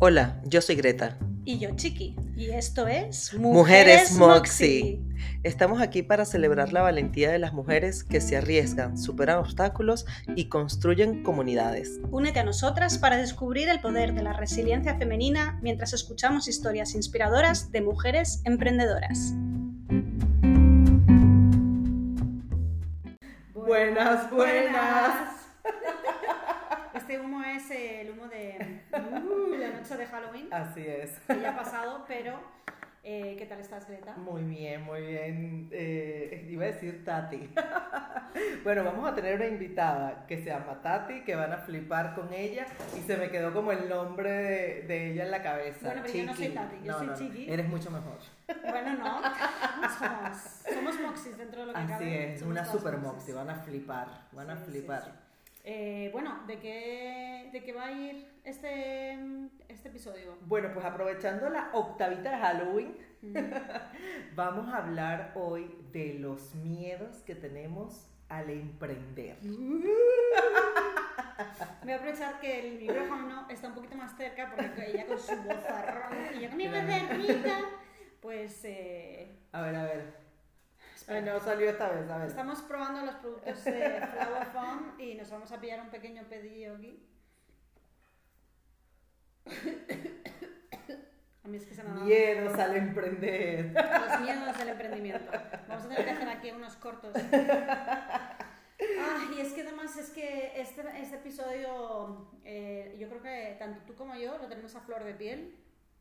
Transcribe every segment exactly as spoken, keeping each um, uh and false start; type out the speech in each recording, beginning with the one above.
Hola, yo soy Greta. Y yo, Chiqui. Y esto es Mujeres, Mujeres Moxie. Moxie. Estamos aquí para celebrar la valentía de las mujeres que se arriesgan, superan obstáculos y construyen comunidades. Únete a nosotras para descubrir el poder de la resiliencia femenina mientras escuchamos historias inspiradoras de mujeres emprendedoras. Buenas, buenas. Este humo es el humo de uh, la noche de Halloween. Así es. Que ya ha pasado, pero eh, ¿qué tal estás, Greta? Muy bien, muy bien. Eh, iba a decir Tati. Bueno, vamos a tener una invitada que se llama Tati, que van a flipar con ella y se me quedó como el nombre de, de ella en la cabeza. Bueno, pero Chiqui. Yo no soy Tati, yo no, soy no, Chiqui. Eres mucho mejor. Bueno, no, somos, somos moxies dentro de lo que Así cabe. Así es, una super moxie, van a flipar, van a sí, flipar. Sí, sí. Eh, bueno, ¿de qué, ¿de qué va a ir este, este episodio? Bueno, pues aprovechando la octavita de Halloween, mm. vamos a hablar hoy de los miedos que tenemos al emprender. Uh. Voy a aprovechar que el micrófono está un poquito más cerca porque ella con su vozarrón y yo con mi becerrita, pues... Eh... A ver, a ver. Ay, no salió esta vez, a ver. Estamos probando los productos de Flower Farm y nos vamos a pillar un pequeño pedillo aquí. A mí es que se me ha dado... Miedos al emprender. Los miedos del emprendimiento. Vamos a tener que hacer aquí unos cortos. Ah, y es que además es que este, este episodio, eh, yo creo que tanto tú como yo lo tenemos a flor de piel.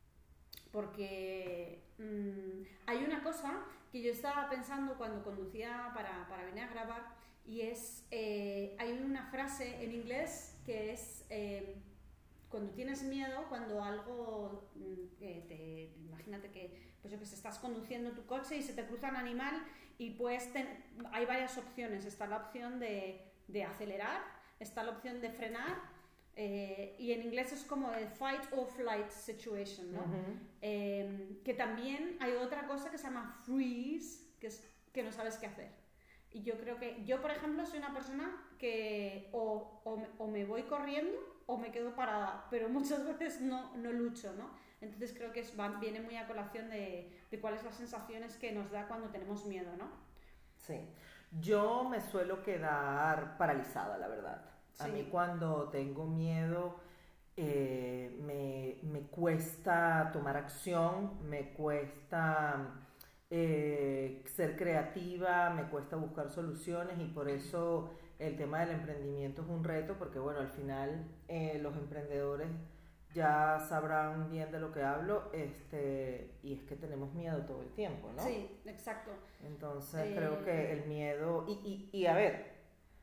Porque mmm, hay una cosa que yo estaba pensando cuando conducía para, para venir a grabar y es, eh, hay una frase en inglés que es eh, cuando tienes miedo, cuando algo, eh, te, imagínate que, pues yo que sé, estás conduciendo tu coche y se te cruza un animal y pues ten, hay varias opciones, está la opción de, de acelerar, está la opción de frenar. Eh, y en inglés es como el fight or flight situation, ¿no? Uh-huh. Eh, que también hay otra cosa que se llama freeze, que es que no sabes qué hacer. Y yo creo que, yo por ejemplo soy una persona que o, o, o me voy corriendo o me quedo parada, pero muchas veces no, no lucho, ¿no? Entonces creo que es, va, viene muy a colación de, de cuáles son las sensaciones que nos da cuando tenemos miedo, ¿no? Sí, yo me suelo quedar paralizada, la verdad. A sí. mí cuando tengo miedo eh, me, me cuesta tomar acción, me cuesta eh, ser creativa, me cuesta buscar soluciones y por eso el tema del emprendimiento es un reto porque bueno, al final eh, los emprendedores ya sabrán bien de lo que hablo este, y es que tenemos miedo todo el tiempo, ¿no? Sí, exacto. Entonces eh... creo que el miedo y, y, y a ver,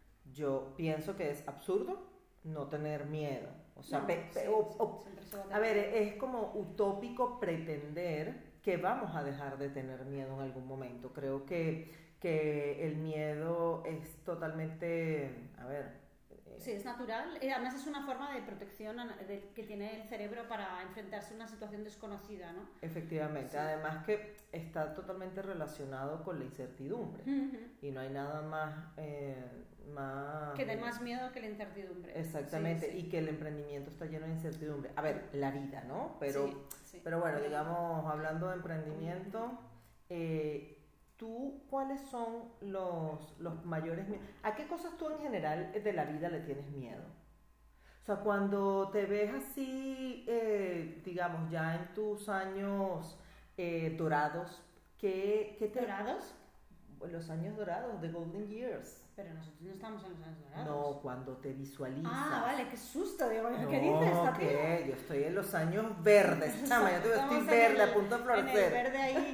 yo pienso que es absurdo no tener miedo. O sea, no, pe, pe, sí, o, o, a, a ver, es como utópico pretender que vamos a dejar de tener miedo en algún momento. Creo que, que el miedo es totalmente, a ver... Sí, es natural. Además es una forma de protección que tiene el cerebro para enfrentarse a una situación desconocida, ¿no? Efectivamente. Sí. Además que está totalmente relacionado con la incertidumbre. Uh-huh. Y no hay nada más... Eh, más que dé más miedo que la incertidumbre. Exactamente. Sí, sí. Y que el emprendimiento está lleno de incertidumbre. A ver, la vida, ¿no? Pero, sí, sí. pero bueno, digamos, hablando de emprendimiento... Eh, ¿Tú cuáles son los, los mayores miedos? ¿A qué cosas tú en general de la vida le tienes miedo? O sea, cuando te ves así, eh, digamos, ya en tus años eh, dorados, ¿qué, qué te... ¿Dorados? Los años dorados, the golden years. Pero nosotros no estamos en los años dorados. No, cuando te visualizas. Ah, vale, qué susto, digo, no, ¿qué dices? ¿qué? Yo estoy en los años verdes, chama, yo estoy verde, el, a punto de florecer. En el verde ahí...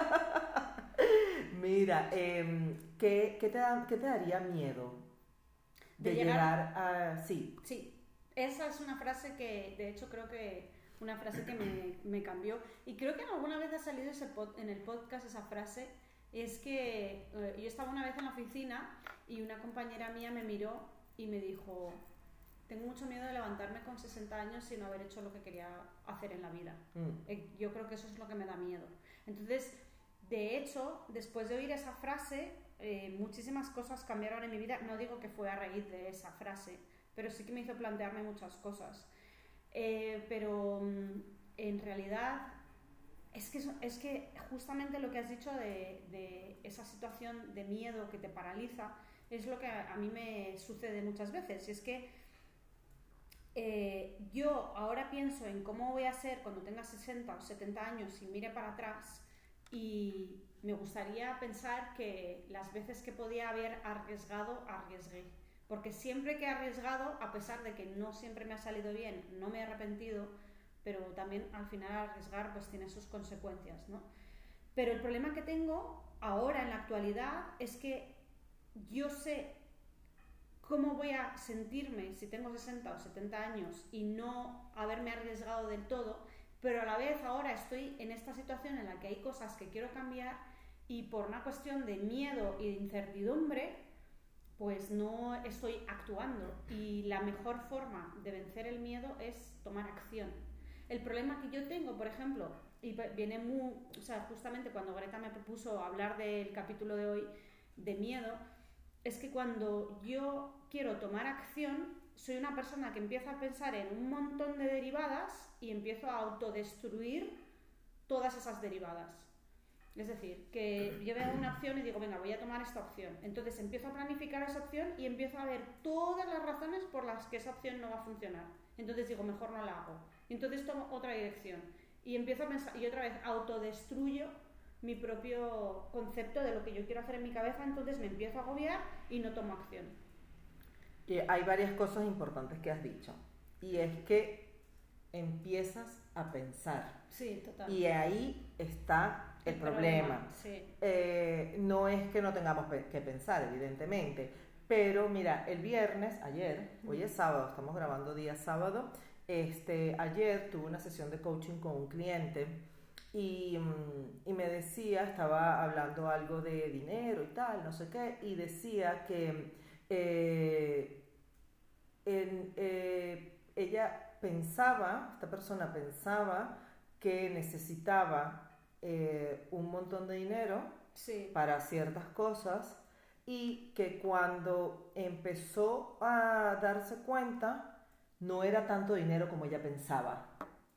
Mira, eh, ¿qué, qué, te da, ¿qué te daría miedo de, de llegar, llegar a...? Sí. Sí, esa es una frase que, de hecho, creo que una frase que me, me cambió. Y creo que alguna vez ha salido ese pod, en el podcast esa frase. Es que eh, yo estaba una vez en la oficina y una compañera mía me miró y me dijo... Tengo mucho miedo de levantarme con sesenta años sin haber hecho lo que quería hacer en la vida. Mm. Eh, yo creo que eso es lo que me da miedo. Entonces... De hecho, después de oír esa frase, eh, muchísimas cosas cambiaron en mi vida. No digo que fue a raíz de esa frase, pero sí que me hizo plantearme muchas cosas. Eh, pero mm, en realidad es que, es que justamente lo que has dicho de, de esa situación de miedo que te paraliza es lo que a, a mí me sucede muchas veces. Y es que eh, yo ahora pienso en cómo voy a ser cuando tenga sesenta o setenta años y mire para atrás, y me gustaría pensar que las veces que podía haber arriesgado, arriesgué. Porque siempre que he arriesgado, a pesar de que no siempre me ha salido bien, no me he arrepentido, pero también al final arriesgar pues tiene sus consecuencias, ¿no? Pero el problema que tengo ahora en la actualidad es que yo sé cómo voy a sentirme si tengo sesenta o setenta años y no haberme arriesgado del todo, pero a la vez ahora estoy en esta situación en la que hay cosas que quiero cambiar y por una cuestión de miedo y de incertidumbre pues no estoy actuando, y la mejor forma de vencer el miedo es tomar acción. El problema que yo tengo, por ejemplo, y viene muy, o sea, justamente cuando Greta me propuso hablar del capítulo de hoy de miedo, es que cuando yo quiero tomar acción, soy una persona que empieza a pensar en un montón de derivadas y empiezo a autodestruir todas esas derivadas. Es decir, que yo veo una opción y digo, venga, voy a tomar esta opción. Entonces empiezo a planificar esa opción y empiezo a ver todas las razones por las que esa opción no va a funcionar. Entonces digo, mejor no la hago. Entonces tomo otra dirección. Y empiezo a pensar, y otra vez autodestruyo mi propio concepto de lo que yo quiero hacer en mi cabeza, entonces me empiezo a agobiar y no tomo acción. Y hay varias cosas importantes que has dicho. Y es que empiezas a pensar. Sí, total. Y ahí está el, el problema. problema. Sí. Eh, no es que no tengamos que pensar, evidentemente. Pero mira, el viernes, ayer, hoy es sábado, estamos grabando día sábado, este, ayer tuve una sesión de coaching con un cliente y, y me decía, estaba hablando algo de dinero y tal, no sé qué, y decía que eh, en, eh, ella pensaba, esta persona pensaba que necesitaba eh, un montón de dinero sí. para ciertas cosas, y que cuando empezó a darse cuenta no era tanto dinero como ella pensaba.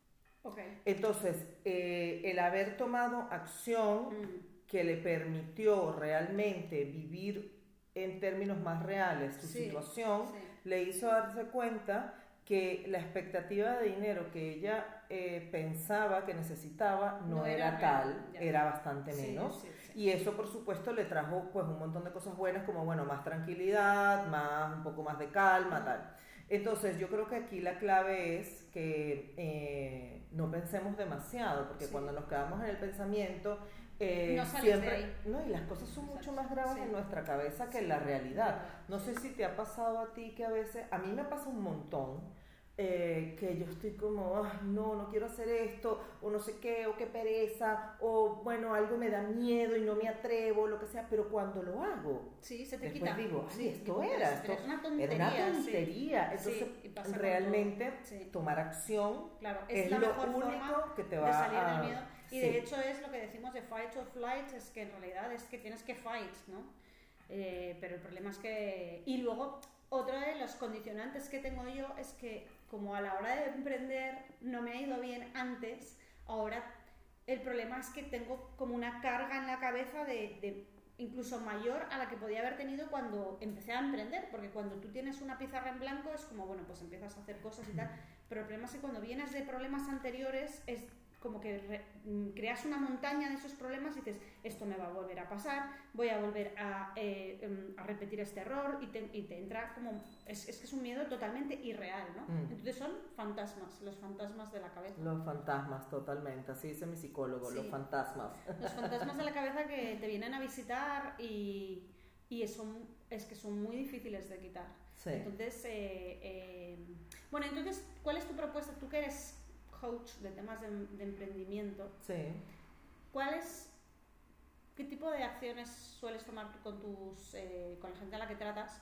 Okay. Entonces, eh, el haber tomado acción mm. que le permitió realmente vivir en términos más reales su sí, situación, sí. le hizo darse cuenta que la expectativa de dinero que ella eh, pensaba que necesitaba no, no era, era tal, ya. era bastante sí, menos. Sí, sí. Y eso, por supuesto, le trajo pues un montón de cosas buenas, como bueno, más tranquilidad, más, un poco más de calma, mm. tal. Entonces, yo creo que aquí la clave es que eh, no pensemos demasiado, porque sí. cuando nos quedamos en el pensamiento, eh, no siempre, no, y las cosas son mucho más graves sí. en nuestra cabeza que sí. en la realidad. No sé si te ha pasado a ti que a veces, a mí me pasa un montón, eh, que yo estoy como, ah, no, no quiero hacer esto, o no sé qué, o qué pereza, o bueno, algo me da miedo y no me atrevo, lo que sea, pero cuando lo hago, sí, se te después quita. digo, ay, sí, esto digo, era, esto era una tontería. Era una tontería. Sí. Entonces, sí, realmente, sí. tomar acción claro, es, es la lo mejor único forma que te va de salir a... del miedo. Y sí. de hecho es lo que decimos de fight or flight, es que en realidad es que tienes que fight, ¿no? Eh, pero el problema es que... Y luego, otro de los condicionantes que tengo yo es que como a la hora de emprender no me ha ido bien antes, ahora el problema es que tengo como una carga en la cabeza de, de incluso mayor a la que podía haber tenido cuando empecé a emprender, porque cuando tú tienes una pizarra en blanco es como, bueno, pues empiezas a hacer cosas y tal, pero el problema es que cuando vienes de problemas anteriores es como que re, creas una montaña de esos problemas y dices, esto me va a volver a pasar, voy a volver a, eh, a repetir este error, y te, y te entra como, es, es que es un miedo totalmente irreal, ¿no? Mm. Entonces son fantasmas, los fantasmas de la cabeza. Los fantasmas, totalmente, así dice mi psicólogo, sí. los fantasmas. Los fantasmas de la cabeza que te vienen a visitar y, y son, es que son muy difíciles de quitar. Sí. Entonces, eh, eh, bueno, entonces, ¿cuál es tu propuesta? Tú que eres coach de temas de, de emprendimiento, sí. ¿cuál es, qué tipo de acciones sueles tomar con tus, eh, con la gente a la que tratas,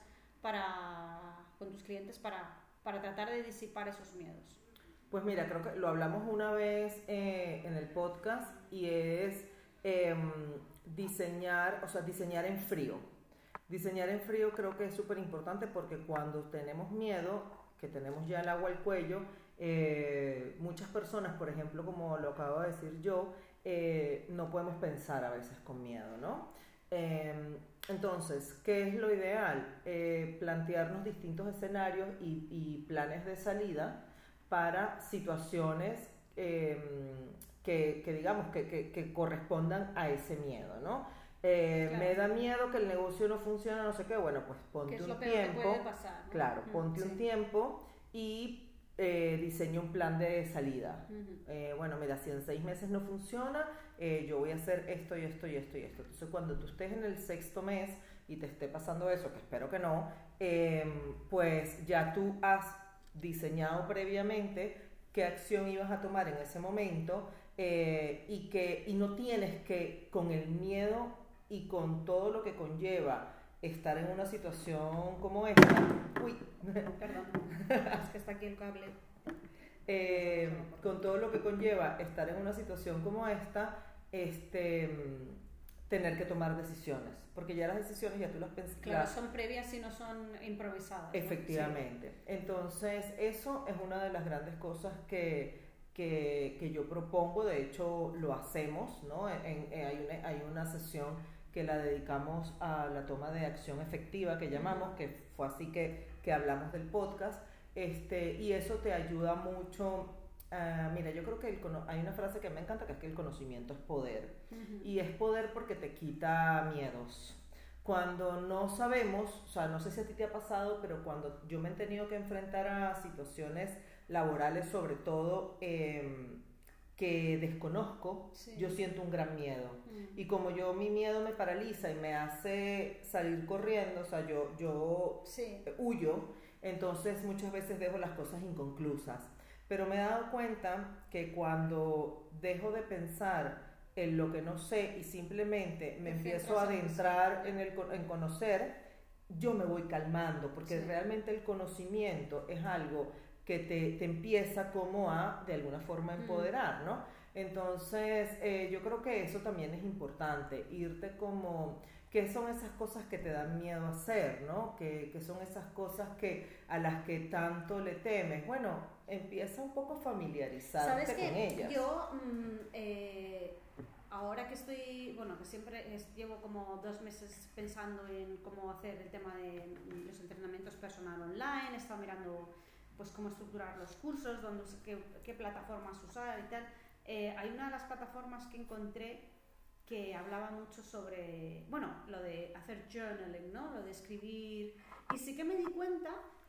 para, con tus clientes para, para tratar de disipar esos miedos? Pues mira, creo que lo hablamos una vez eh, en el podcast, y es eh, diseñar, o sea, diseñar en frío. Diseñar en frío creo que es súper importante, porque cuando tenemos miedo, que tenemos ya el agua al cuello, Eh, muchas personas, por ejemplo, como lo acabo de decir yo, eh, no podemos pensar a veces con miedo, ¿no? Eh, entonces, ¿qué es lo ideal? Eh, plantearnos distintos escenarios y, y planes de salida para situaciones eh, que, que, digamos, que, que, que correspondan a ese miedo, ¿no? Eh, Claro. Me da miedo que el negocio no funcione, no sé qué, bueno, pues ponte Que es un lo peor que tiempo, puede pasar, ¿no? claro, Mm, ponte sí. un tiempo y eh, diseña un plan de salida. Ujú. Eh, bueno, mira, si en seis meses no funciona, eh, yo voy a hacer esto y esto y esto y esto. Entonces, cuando tú estés en el sexto mes y te esté pasando eso, que espero que no, eh, pues ya tú has diseñado previamente qué acción ibas a tomar en ese momento, eh, y que y no tienes que, con el miedo y con todo lo que conlleva estar en una situación como esta, uy, Perdón, es que está aquí el cable. eh, con todo lo que conlleva estar en una situación como esta, este, tener que tomar decisiones, porque ya las decisiones ya tú las pensas. Claro, son previas y no son improvisadas, ¿no? Efectivamente. Sí. Entonces, eso es una de las grandes cosas que, que, que yo propongo. De hecho, lo hacemos, ¿no? En, en, hay, una, hay una sesión que la dedicamos a la toma de acción efectiva, que llamamos, uh-huh. que fue así que, que hablamos del podcast, este, y eso te ayuda mucho. Uh, mira, yo creo que el, hay una frase que me encanta, que es que el conocimiento es poder, uh-huh. y es poder porque te quita miedos. Cuando no sabemos, o sea, no sé si a ti te ha pasado, pero cuando yo me he tenido que enfrentar a situaciones laborales, sobre todo, eh, que desconozco, sí. yo siento un gran miedo. Mm. Y como yo, mi miedo me paraliza y me hace salir corriendo, o sea, yo, yo sí. huyo, entonces muchas veces dejo las cosas inconclusas. Pero me he dado cuenta que cuando dejo de pensar en lo que no sé y simplemente me empiezo a adentrar en, el, en conocer, yo me voy calmando, porque sí. realmente el conocimiento es algo que te, te empieza como a, de alguna forma, empoderar, ¿no? Entonces, eh, yo creo que eso también es importante, irte como, ¿qué son esas cosas que te dan miedo hacer, ¿no? ¿Qué, qué son esas cosas que, a las que tanto le temes? Bueno, empieza un poco a familiarizarte ¿Sabes con que ellas. Yo, mmm, eh, ahora que estoy, bueno, que siempre es, llevo como dos meses pensando en cómo hacer el tema de los entrenamientos personal online, he estado mirando pues cómo estructurar los cursos, dónde, qué, qué plataformas usar y tal. Eh, hay una de las plataformas que encontré que hablaba mucho sobre, bueno, lo de hacer journaling, ¿no? Lo de escribir. Y sí que me di cuenta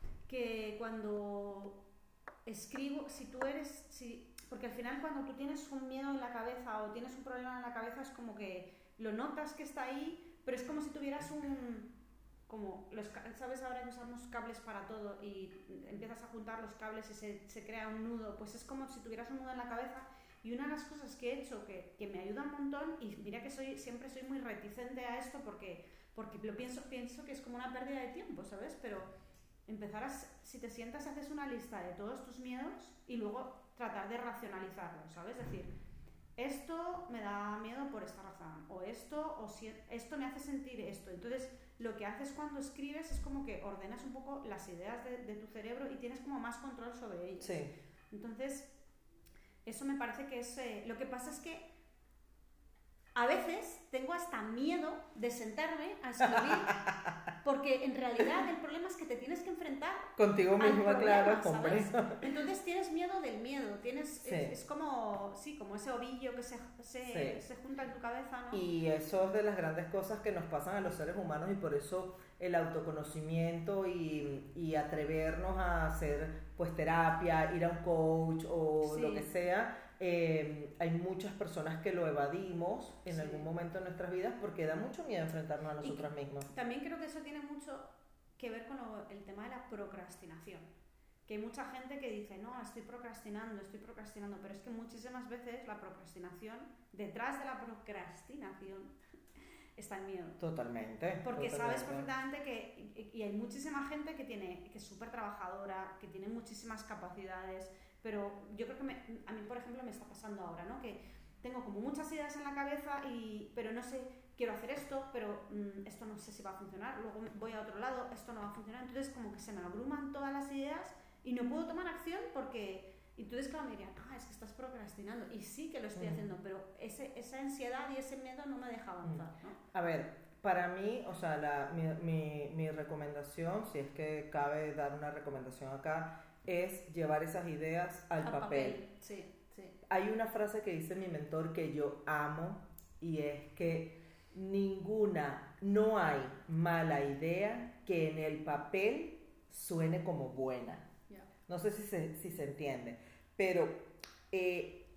que cuando escribo, si tú eres, si, porque al final cuando tú tienes un miedo en la cabeza o tienes un problema en la cabeza es como que lo notas que está ahí, pero es como si tuvieras un... como los, sabes ahora que usamos cables para todo y empiezas a juntar los cables y se, se crea un nudo, pues es como si tuvieras un nudo en la cabeza. Y una de las cosas que he hecho que, que me ayuda un montón, y mira que soy siempre soy muy reticente a esto porque, porque lo pienso, pienso que es como una pérdida de tiempo, ¿sabes? Pero empezar a, si te sientas, haces una lista de todos tus miedos y luego tratar de racionalizarlos, ¿sabes? Es decir, esto me da miedo por esta razón, o esto, o si, esto me hace sentir esto. Entonces, lo que haces cuando escribes es como que ordenas un poco las ideas de, de tu cerebro y tienes como más control sobre ellas. Sí. Entonces, eso me parece que es... Eh, lo que pasa es que a veces tengo hasta miedo de sentarme a escribir porque en realidad el problema es que te tienes que enfrentar contigo misma, claro, hombre. Entonces tienes miedo del miedo, tienes sí. es, es como sí, como ese ovillo que se, se, sí. se junta en tu cabeza, ¿no? Y eso es de las grandes cosas que nos pasan a los seres humanos, y por eso el autoconocimiento y, y atrevernos a hacer pues terapia, ir a un coach o sí. lo que sea. Eh, hay muchas personas que lo evadimos en sí. algún momento de nuestras vidas porque da mucho miedo enfrentarnos a nosotras y mismas. También creo que eso tiene mucho que ver con lo, el tema de la procrastinación, que hay mucha gente que dice no, estoy procrastinando, estoy procrastinando, pero es que muchísimas veces la procrastinación, detrás de la procrastinación está el miedo. Totalmente. Porque totalmente. Sabes perfectamente que, y, y hay muchísima gente que tiene, que es súper trabajadora, que tiene muchísimas capacidades. Pero yo creo que me, a mí, por ejemplo, me está pasando ahora, ¿no? Que tengo como muchas ideas en la cabeza, y, pero no sé, quiero hacer esto, pero mmm, esto no sé si va a funcionar. Luego voy a otro lado, esto no va a funcionar. Entonces como que se me abruman todas las ideas y no puedo tomar acción porque, Y entonces, claro, me dirían, ah, es que estás procrastinando. Y sí que lo estoy Mm. haciendo, pero ese, esa ansiedad y ese miedo no me deja avanzar, ¿no? A ver, para mí, o sea, la, mi, mi, mi recomendación, si es que cabe dar una recomendación acá, es llevar esas ideas al, Al papel. papel, sí, sí. Hay una frase que dice mi mentor que yo amo y es que ninguna, no hay mala idea que en el papel suene como buena. Yeah. No sé si se, si se entiende, pero eh,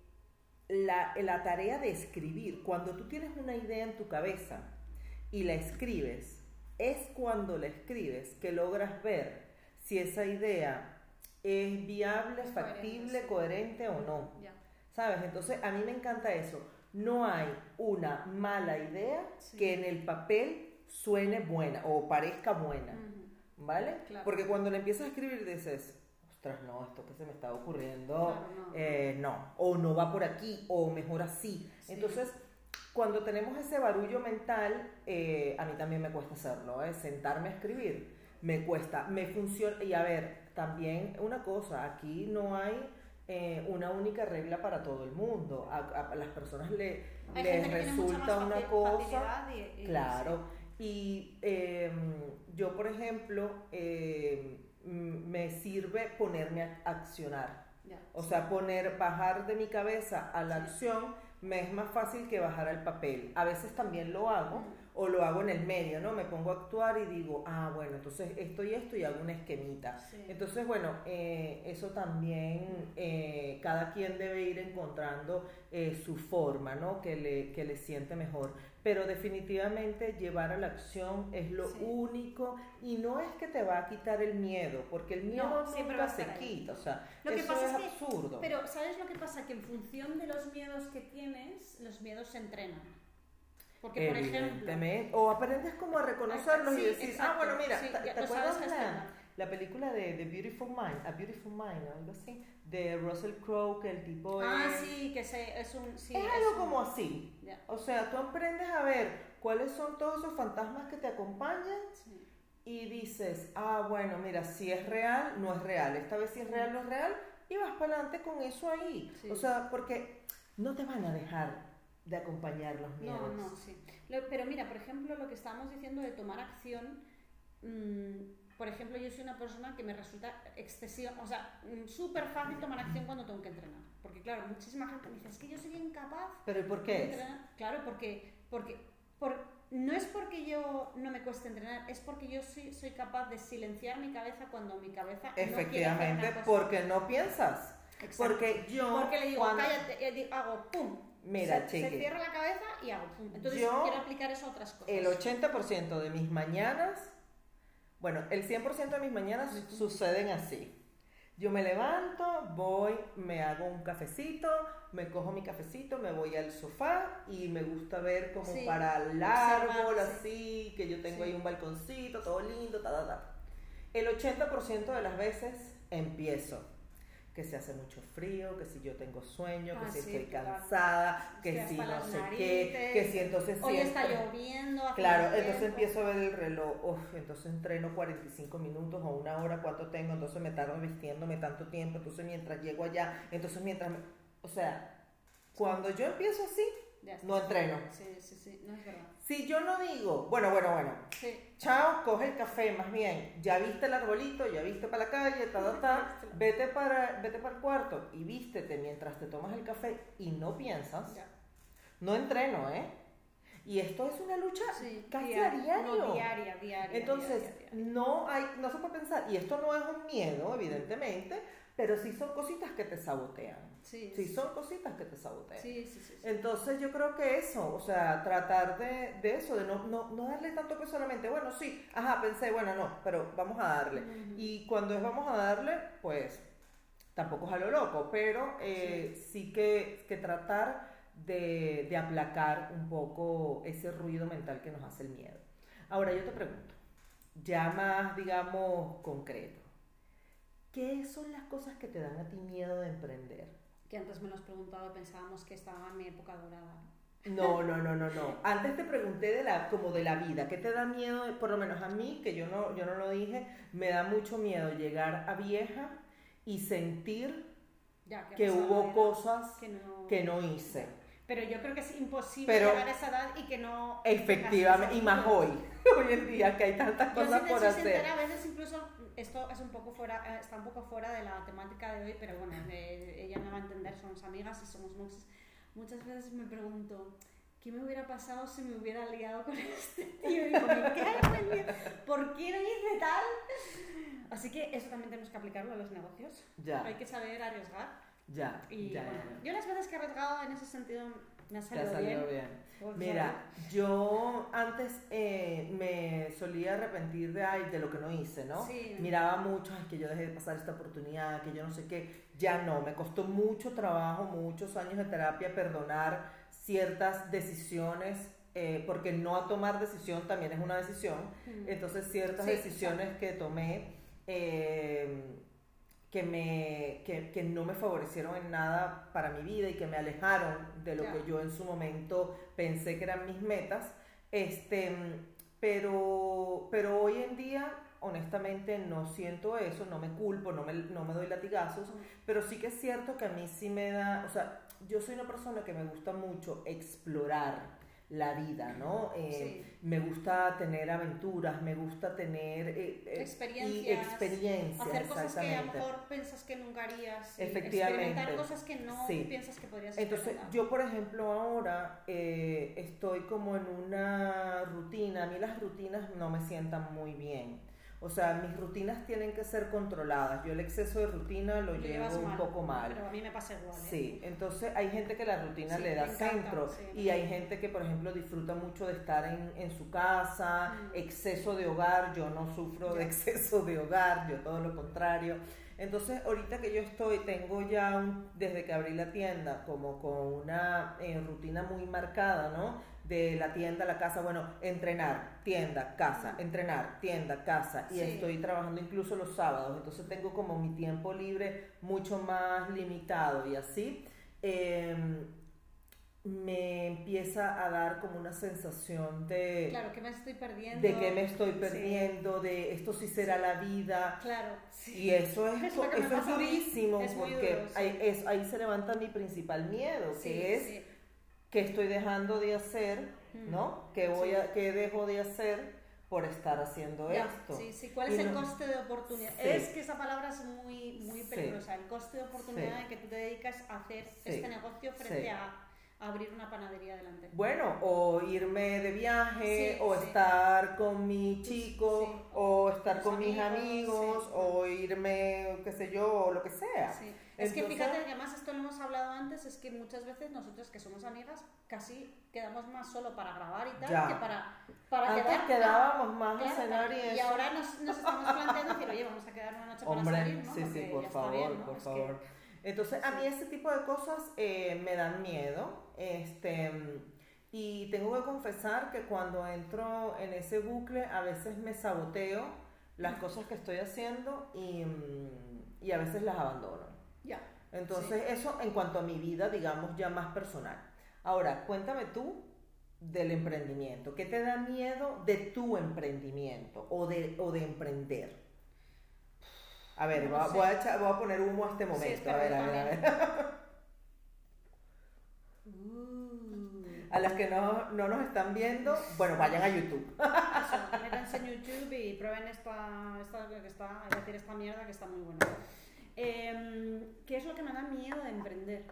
la, la tarea de escribir, cuando tú tienes una idea en tu cabeza y la escribes, es cuando la escribes que logras ver si esa idea es viable, Es factible, coherente, sí. coherente o no. Yeah. ¿Sabes? Entonces a mí me encanta eso. No hay una mala idea Sí. que en el papel suene buena o parezca buena, Ujú. ¿vale? Claro. Porque cuando le empiezas a escribir dices, ostras, no, esto que se me está ocurriendo, Claro, no. eh, no, o no va por aquí, o mejor así. Sí. Entonces, cuando tenemos ese barullo mental, eh, a mí también me cuesta hacerlo, ¿eh? Sentarme a escribir, me cuesta, me funciona, y a ver, también una cosa, aquí no hay eh, una única regla para todo el mundo, a, a- a las personas le, Hay les gente que tiene mucha resulta más una faci- cosa, facilidad y- y- claro, y eh, yo por ejemplo, eh, mm, me sirve ponerme a accionar, Ya. o sea, poner, bajar de mi cabeza a la Sí. acción me es más fácil que bajar al papel. A veces también lo hago, Mm. o lo hago en el medio, ¿no? Me pongo a actuar y digo, ah, bueno, entonces esto y esto y hago una esquemita. Sí. Entonces, bueno, eh, eso también, eh, cada quien debe ir encontrando eh, su forma, ¿no? Que le, que le siente mejor. Pero definitivamente llevar a la acción es lo Sí. único y no es que te va a quitar el miedo, porque el miedo No, siempre va nunca a se estar ahí. quita, o sea, Lo que eso pasa es es que- absurdo. Pero, ¿sabes lo que pasa? Que en función de los miedos que tienes, los miedos se entrenan. Porque, por ejemplo... Evidentemente. O aprendes como a reconocerlos Sí, y decir, exacto, ah, bueno, mira, sí, ¿te, ya te lo acuerdas sabes la, gestionar. la película de The Beautiful Mind? A Beautiful Mind, o algo así, de Russell Crowe, que el tipo Ah, es... sí, que se, es un... Sí, es es algo un- como así. Ya. O sea, tú aprendes a ver cuáles son todos esos fantasmas que te acompañan Sí. y dices, ah, bueno, mira, si es real, no es real. Esta vez si es real, no es real. Y vas para adelante con eso ahí. Sí. O sea, porque no te van a dejar de acompañar los miedos. No, no, sí. Lo- pero mira, por ejemplo, lo que estábamos diciendo de tomar acción, mmm, por ejemplo, yo soy una persona que me resulta excesiva, o sea, mm, súper fácil tomar acción cuando tengo que entrenar. Porque claro, muchísima gente me dice, es que yo soy incapaz ¿Pero y por de qué es? entrenar. Claro, porque, porque por, no es porque yo no me cueste entrenar, es porque yo soy, soy capaz de silenciar mi cabeza cuando mi cabeza no quiere hacer Efectivamente, una cosa. porque no piensas. Exacto. Porque yo... Porque le digo, cuando- cállate, y digo, hago pum. Mira, se, se chiqui, cierra la cabeza y hago pum. Entonces Yo- quiero aplicar eso a otras cosas. el ochenta por ciento de mis mañanas, bueno, el cien por ciento de mis mañanas Ujú. suceden así. Yo me levanto, voy, me hago un cafecito, me cojo mi cafecito, me voy al sofá y me gusta ver como Sí, para el observar, árbol, sí. así, que yo tengo Sí. ahí un balconcito, todo lindo, ta, ta, ta. El ochenta por ciento de las veces empiezo. Que si hace mucho frío, que si yo tengo sueño, que Ah, si sí, estoy total. cansada, que Estoy si hasta no las sé narices. qué, que si entonces Hoy está siempre- lloviendo. hace Claro, mal entonces tiempo. empiezo a ver el reloj, uf, entonces entreno cuarenta y cinco minutos o una hora, ¿cuánto tengo? Entonces me tardo vistiéndome tanto tiempo, entonces mientras llego allá, entonces mientras me... O sea, cuando yo empiezo así, Ya está. no entreno. Sí, sí, sí, no es verdad. Si yo no digo, bueno, bueno, bueno, Sí. chao, coge el café, más bien, ya viste el arbolito, ya viste para la calle, ta, ta, ta, vete para, vete para el cuarto y vístete mientras te tomas el café y no piensas, Ya. no entreno, ¿eh? Y esto es una lucha Sí, casi diaria. a diario. No, diaria, diaria. Entonces, diaria, diaria. no hay, no se puede pensar, y esto no es un miedo, evidentemente, pero sí son cositas que te sabotean. Sí, Sí, son cositas que te sabotean. Sí, sí, sí. sí. Entonces yo creo que eso, o sea, tratar de, de eso, de no, no, no darle tanto peso a la mente. Bueno, sí, ajá, pensé, bueno, no, pero vamos a darle. Ujú. Y cuando es vamos a darle, pues tampoco es a lo loco, pero eh, sí, que, que tratar de, de aplacar un poco ese ruido mental que nos hace el miedo. Ahora yo te pregunto, ya más, digamos, concreto, ¿qué son las cosas que te dan a ti miedo de emprender? Que antes me lo has preguntado y pensábamos que estaba en mi época dorada. No, no, no, no, no. Antes te pregunté de la, como de la vida. ¿Qué te da miedo? Por lo menos a mí, que yo no, yo no lo dije, me da mucho miedo llegar a vieja y sentir Ya, que, que hubo cosas que no... que no hice. Pero yo creo que es imposible Pero, llegar a esa edad y que no... efectivamente, y más hoy, hoy en día, que hay tantas yo cosas si por soy hacer. sincera, a veces incluso, esto es un poco fuera, está un poco fuera de la temática de hoy, pero bueno, de, ella me va a entender, somos amigas y somos muchas. Muchas veces me pregunto, ¿qué me hubiera pasado si me hubiera liado con este tío? Y digo, ¿me cago en Dios? ¿Por qué no hice tal? Así que eso también tenemos que aplicarlo a los negocios. Ya. Hay que saber arriesgar. Ya, y ya, bueno, ya. yo las veces que he arriesgado en ese sentido me ha salido, Te ha salido bien. bien. Mira, yo antes eh, me solía arrepentir de, ay, de lo que no hice, ¿no? Sí. Miraba mucho, es que yo dejé de pasar esta oportunidad, que yo no sé qué. Ya no, me costó mucho trabajo, muchos años de terapia perdonar ciertas decisiones, eh, porque no tomar decisión también es una decisión. Mm. Entonces ciertas sí, decisiones exacto. que tomé... Eh, que, me, que, que no me favorecieron en nada para mi vida y que me alejaron de lo yeah. que yo en su momento pensé que eran mis metas, este, pero, pero hoy en día honestamente no siento eso, no me culpo, no me, no me doy latigazos, mm. pero sí que es cierto que a mí sí me da, o sea, yo soy una persona que me gusta mucho explorar la vida, ¿no? Eh, sí. Me gusta tener aventuras, me gusta tener eh, experiencias, y experiencias, hacer cosas que a lo mejor piensas que nunca harías, efectivamente, experimentar cosas que no sí. piensas que podrías Entonces, yo por ejemplo ahora eh, estoy como en una rutina, a mí las rutinas no me sientan muy bien. O sea, mis rutinas tienen que ser controladas. Yo el exceso de rutina lo, lo llevo un mal, poco mal. Pero a mí me pasa igual. ¿eh? Sí, entonces hay gente que la rutina sí, le da encanta, centro sí, y hay gente que, por ejemplo, disfruta mucho de estar en, en su casa, mm. exceso de hogar. Yo no sufro ya. de exceso de hogar, yo todo lo contrario. Entonces, ahorita que yo estoy, tengo ya, un, desde que abrí la tienda, como con una eh, rutina muy marcada, ¿no? De la tienda a la casa, bueno, entrenar, tienda, casa, entrenar, tienda, casa, y sí. estoy trabajando incluso los sábados, entonces tengo como mi tiempo libre mucho más limitado y así eh, me empieza a dar como una sensación de... Claro, que me estoy perdiendo. De que me estoy perdiendo, sí. de esto sí será sí. la vida. Claro. Sí. Y eso es, es, eso es durísimo, es porque duro, sí. ahí, es, ahí se levanta mi principal miedo, sí, que es... Sí. que estoy dejando de hacer, ¿no? Que voy sí. a, que dejo de hacer por estar haciendo ya, esto. Sí, sí. ¿Cuál y es no, el coste de oportunidad? Sí. Es que esa palabra es muy, muy peligrosa. Sí. El coste de oportunidad sí. en que tú te dedicas a hacer sí. este negocio frente sí. a, a abrir una panadería delante. Bueno, o irme de viaje, sí, o sí. estar con mi chico, sí. o estar con, con mis amigos, sí. o irme, qué sé yo, o lo que sea. Sí. Es que fíjate que además esto lo hemos hablado antes, es que muchas veces nosotros que somos amigas casi quedamos más solo para grabar y tal ya. que para, para Antes quedar. quedábamos más claro, a cenar y eso. Y ahora nos, nos estamos planteando decir, oye, vamos a quedar una noche Hombre, para salir, ¿no? sí, Porque sí, por ya favor, está bien, ¿no? por es favor. Que... Entonces, a mí ese tipo de cosas eh, me dan miedo, este, y tengo que confesar que cuando entro en ese bucle a veces me saboteo las cosas que estoy haciendo y, y a veces las abandono. Ya. Entonces, sí. eso en cuanto a mi vida, digamos, ya más personal. Ahora, cuéntame tú del emprendimiento. ¿Qué te da miedo de tu emprendimiento o de, o de emprender? A ver, no, voy, no voy, a echar, voy a poner humo a este momento. Sí, a ver, a ver, a ver. Uh. A las que no, no nos están viendo, bueno, vayan a YouTube. Eso, métanse en YouTube y prueben esta, esta, que está, es decir, esta mierda que está muy buena. Eh, ¿Qué es lo que me da miedo de emprender?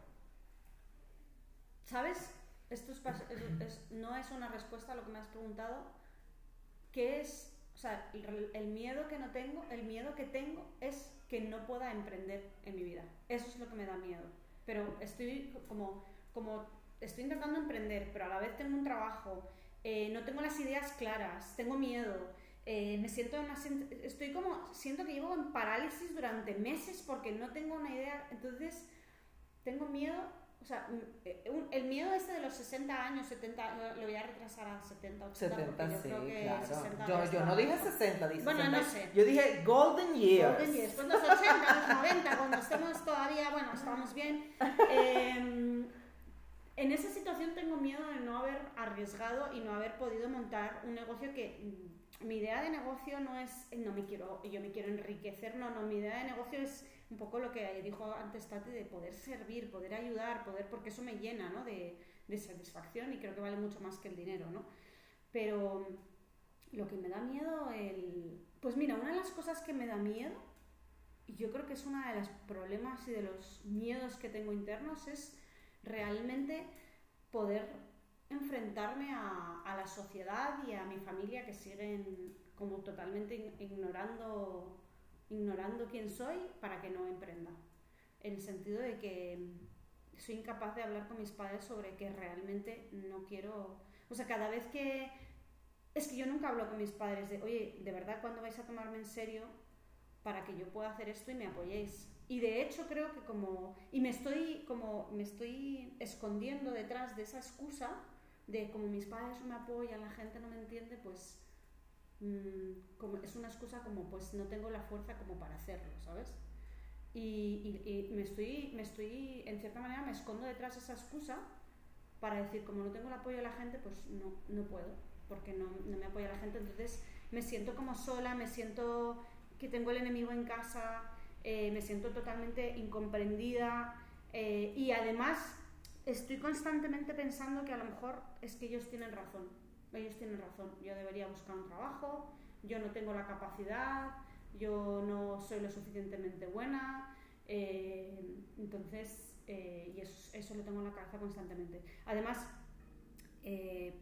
¿Sabes? Esto es, es, es, no es una respuesta a lo que me has preguntado. ¿Qué es? O sea, el, el miedo que no tengo, el miedo que tengo es que no pueda emprender en mi vida. Eso es lo que me da miedo. Pero estoy como, como estoy intentando emprender, pero a la vez tengo un trabajo, eh, no tengo las ideas claras, tengo miedo. Eh, me siento en una, estoy como, siento que llevo en parálisis durante meses porque no tengo una idea, entonces tengo miedo, o sea, un, el miedo este de los sesenta años, setenta, lo, lo voy a retrasar a setenta, ochenta, setenta, yo sí, creo que claro. sesenta Yo, yo no dije sesenta, dije bueno, sesenta. No sé. Yo dije golden years. Golden years, pues los ochenta, los noventa, cuando estemos todavía, bueno, estamos bien. Eh, en esa situación tengo miedo de no haber arriesgado y no haber podido montar un negocio que... Mi idea de negocio no es, no me quiero, yo me quiero enriquecer, no, no, mi idea de negocio es un poco lo que dijo antes Tati, de poder servir, poder ayudar, poder, porque eso me llena, ¿no? de, de satisfacción y creo que vale mucho más que el dinero, ¿no? Pero lo que me da miedo, el... pues mira, una de las cosas que me da miedo, y yo creo que es uno de los problemas y de los miedos que tengo internos, es realmente poder enfrentarme a, a la sociedad y a mi familia, que siguen como totalmente ignorando, ignorando quién soy para que no emprenda. En el sentido de que soy incapaz de hablar con mis padres sobre que realmente no quiero... O sea, cada vez que... Es que yo nunca hablo con mis padres de, oye, ¿de verdad cuándo vais a tomarme en serio para que yo pueda hacer esto y me apoyéis? Y de hecho creo que como... Y me estoy, como, me estoy escondiendo detrás de esa excusa de como mis padres no me apoyan, la gente no me entiende, pues mmm, como, es una excusa como pues no tengo la fuerza como para hacerlo, ¿sabes? Y, y, y me estoy, me estoy, en cierta manera me escondo detrás de esa excusa para decir, como no tengo el apoyo de la gente, pues no, no puedo, porque no, no me apoya la gente, entonces me siento como sola, me siento que tengo el enemigo en casa, eh, me siento totalmente incomprendida, eh, y además estoy constantemente pensando que a lo mejor es que ellos tienen razón, ellos tienen razón, yo debería buscar un trabajo, yo no tengo la capacidad, yo no soy lo suficientemente buena, eh, entonces, eh, y eso, eso lo tengo en la cabeza constantemente. Además, eh,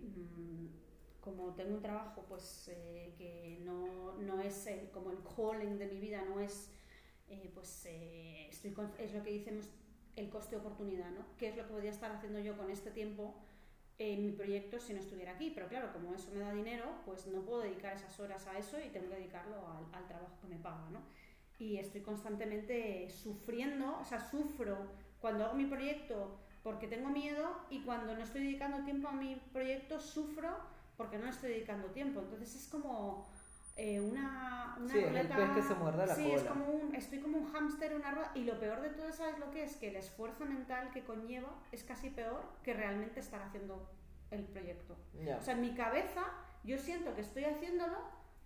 como tengo un trabajo pues eh, que no, no es el, como el calling de mi vida, no es, eh, pues eh, estoy con, es lo que decimos, el coste de oportunidad, ¿no? ¿Qué es lo que podría estar haciendo yo con este tiempo en mi proyecto si no estuviera aquí? Pero claro, como eso me da dinero, pues no puedo dedicar esas horas a eso y tengo que dedicarlo al, al trabajo que me paga, ¿no? Y estoy constantemente sufriendo, o sea, sufro cuando hago mi proyecto porque tengo miedo, y cuando no estoy dedicando tiempo a mi proyecto sufro porque no le estoy dedicando tiempo. Entonces es como... Eh, una, una sí, ruleta, es el pez que se muerde la sí, cola. es como un, estoy como un hámster en una rueda, y lo peor de todo, ¿sabes lo que es? Que el esfuerzo mental que conlleva es casi peor que realmente estar haciendo el proyecto. Yeah. O sea, en mi cabeza yo siento que estoy haciéndolo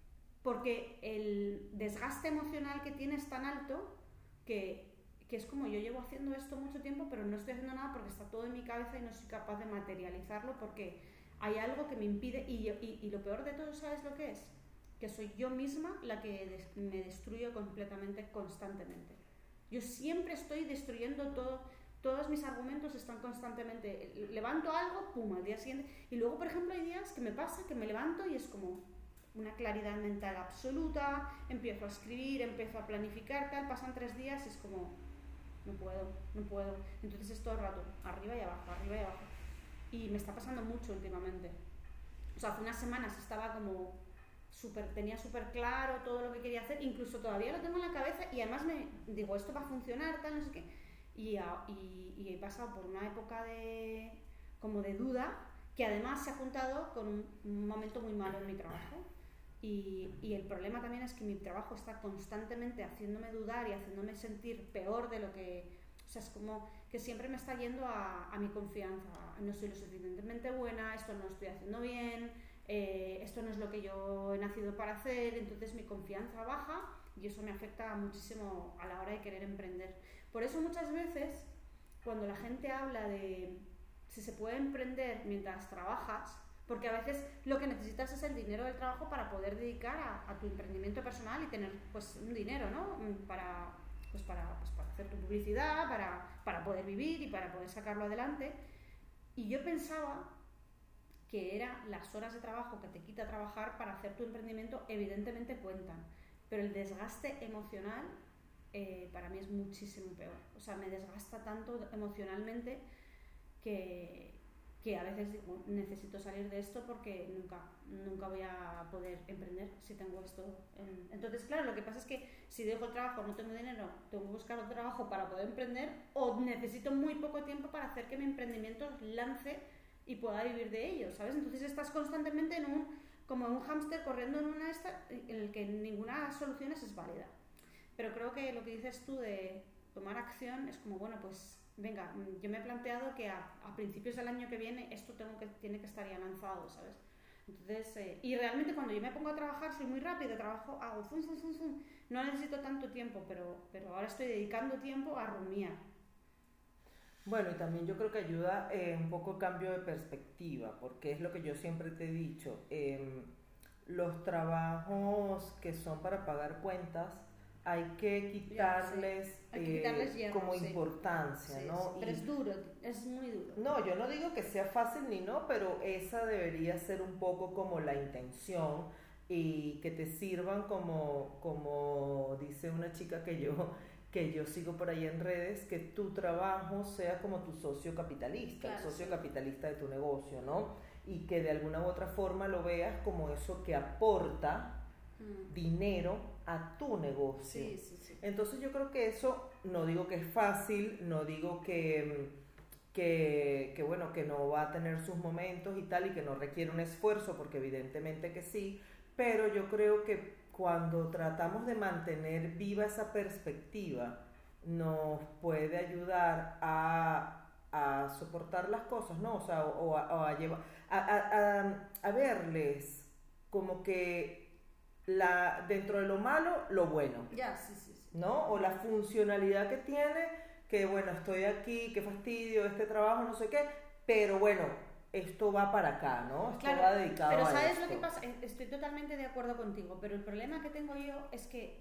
porque el desgaste emocional que tiene es tan alto que, que es como yo llevo haciendo esto mucho tiempo, pero no estoy haciendo nada porque está todo en mi cabeza y no soy capaz de materializarlo porque hay algo que me impide, y, y, y lo peor de todo, ¿sabes lo que es? Que soy yo misma la que des- me destruyo completamente, constantemente. Yo siempre estoy destruyendo todo, todos mis argumentos están constantemente, levanto algo, pum, al día siguiente, y luego, por ejemplo, hay días que me pasa que me levanto y es como una claridad mental absoluta, empiezo a escribir, empiezo a planificar, tal, pasan tres días y es como, no puedo, no puedo, entonces es todo el rato, arriba y abajo, arriba y abajo, y me está pasando mucho últimamente. O sea, hace unas semanas estaba como... Super, tenía súper claro todo lo que quería hacer, incluso todavía lo tengo en la cabeza, y además me digo, esto va a funcionar, tal, no sé qué, y, y, y he pasado por una época de como de duda, que además se ha juntado con un, un momento muy malo en mi trabajo, y, y el problema también es que mi trabajo está constantemente haciéndome dudar y haciéndome sentir peor de lo que, o sea, es como que siempre me está yendo a, a mi confianza, no soy lo suficientemente buena, esto no lo estoy haciendo bien, Eh, esto no es lo que yo he nacido para hacer, entonces mi confianza baja y eso me afecta muchísimo a la hora de querer emprender. Por eso muchas veces cuando la gente habla de si se puede emprender mientras trabajas, porque a veces lo que necesitas es el dinero del trabajo para poder dedicar a, a tu emprendimiento personal y tener pues un dinero, ¿no? Para, pues para, pues para hacer tu publicidad, para, para poder vivir y para poder sacarlo adelante. Y yo pensaba que era las horas de trabajo que te quita trabajar para hacer tu emprendimiento, evidentemente cuentan, pero el desgaste emocional eh, para mí es muchísimo peor. O sea, me desgasta tanto emocionalmente que, que a veces digo, necesito salir de esto porque nunca, nunca voy a poder emprender si tengo esto. En... Entonces, claro, lo que pasa es que si dejo el trabajo, no tengo dinero, tengo que buscar otro trabajo para poder emprender, o necesito muy poco tiempo para hacer que mi emprendimiento lance y pueda vivir de ello, ¿sabes? Entonces estás constantemente en un, como un hámster corriendo en una esta, en el que ninguna solución es válida. Pero creo que lo que dices tú de tomar acción es como, bueno, pues venga, yo me he planteado que a, a principios del año que viene esto tengo que, tiene que estar ya lanzado, ¿sabes? Entonces, eh, y realmente cuando yo me pongo a trabajar soy muy rápida, trabajo, hago fum, fum, fum, fum, no necesito tanto tiempo, pero, pero ahora estoy dedicando tiempo a rumiar. Bueno, y también yo creo que ayuda eh, un poco el cambio de perspectiva, porque es lo que yo siempre te he dicho, eh, los trabajos que son para pagar cuentas hay que quitarles, sí. hay que quitarles eh, hierro, como sí. importancia, sí, ¿no? Sí. Pero Y, es duro, es muy duro. no, yo no digo que sea fácil ni no, pero esa debería ser un poco como la intención y que te sirvan como, como dice una chica que yo, que yo sigo por ahí en redes, que tu trabajo sea como tu socio capitalista, Claro, el socio sí. capitalista de tu negocio, ¿no? Y que de alguna u otra forma lo veas como eso que aporta Mm. dinero a tu negocio. Sí, sí, sí. Entonces yo creo que eso, no digo que es fácil, no digo que, que, que bueno, que no va a tener sus momentos y tal, y que no requiere un esfuerzo, porque evidentemente que sí, pero yo creo que cuando tratamos de mantener viva esa perspectiva, nos puede ayudar a, a soportar las cosas, ¿no? O sea, o, o a, o a llevar, a, a, a, a verles como que la, dentro de lo malo, lo bueno. Ya, sí, sí, sí. ¿No? O la funcionalidad que tiene, que bueno, estoy aquí, qué fastidio, este trabajo, no sé qué, pero bueno, esto va para acá, ¿no? Esto Claro, va dedicado pero a ¿sabes esto. lo que pasa? Estoy totalmente de acuerdo contigo, pero el problema que tengo yo es que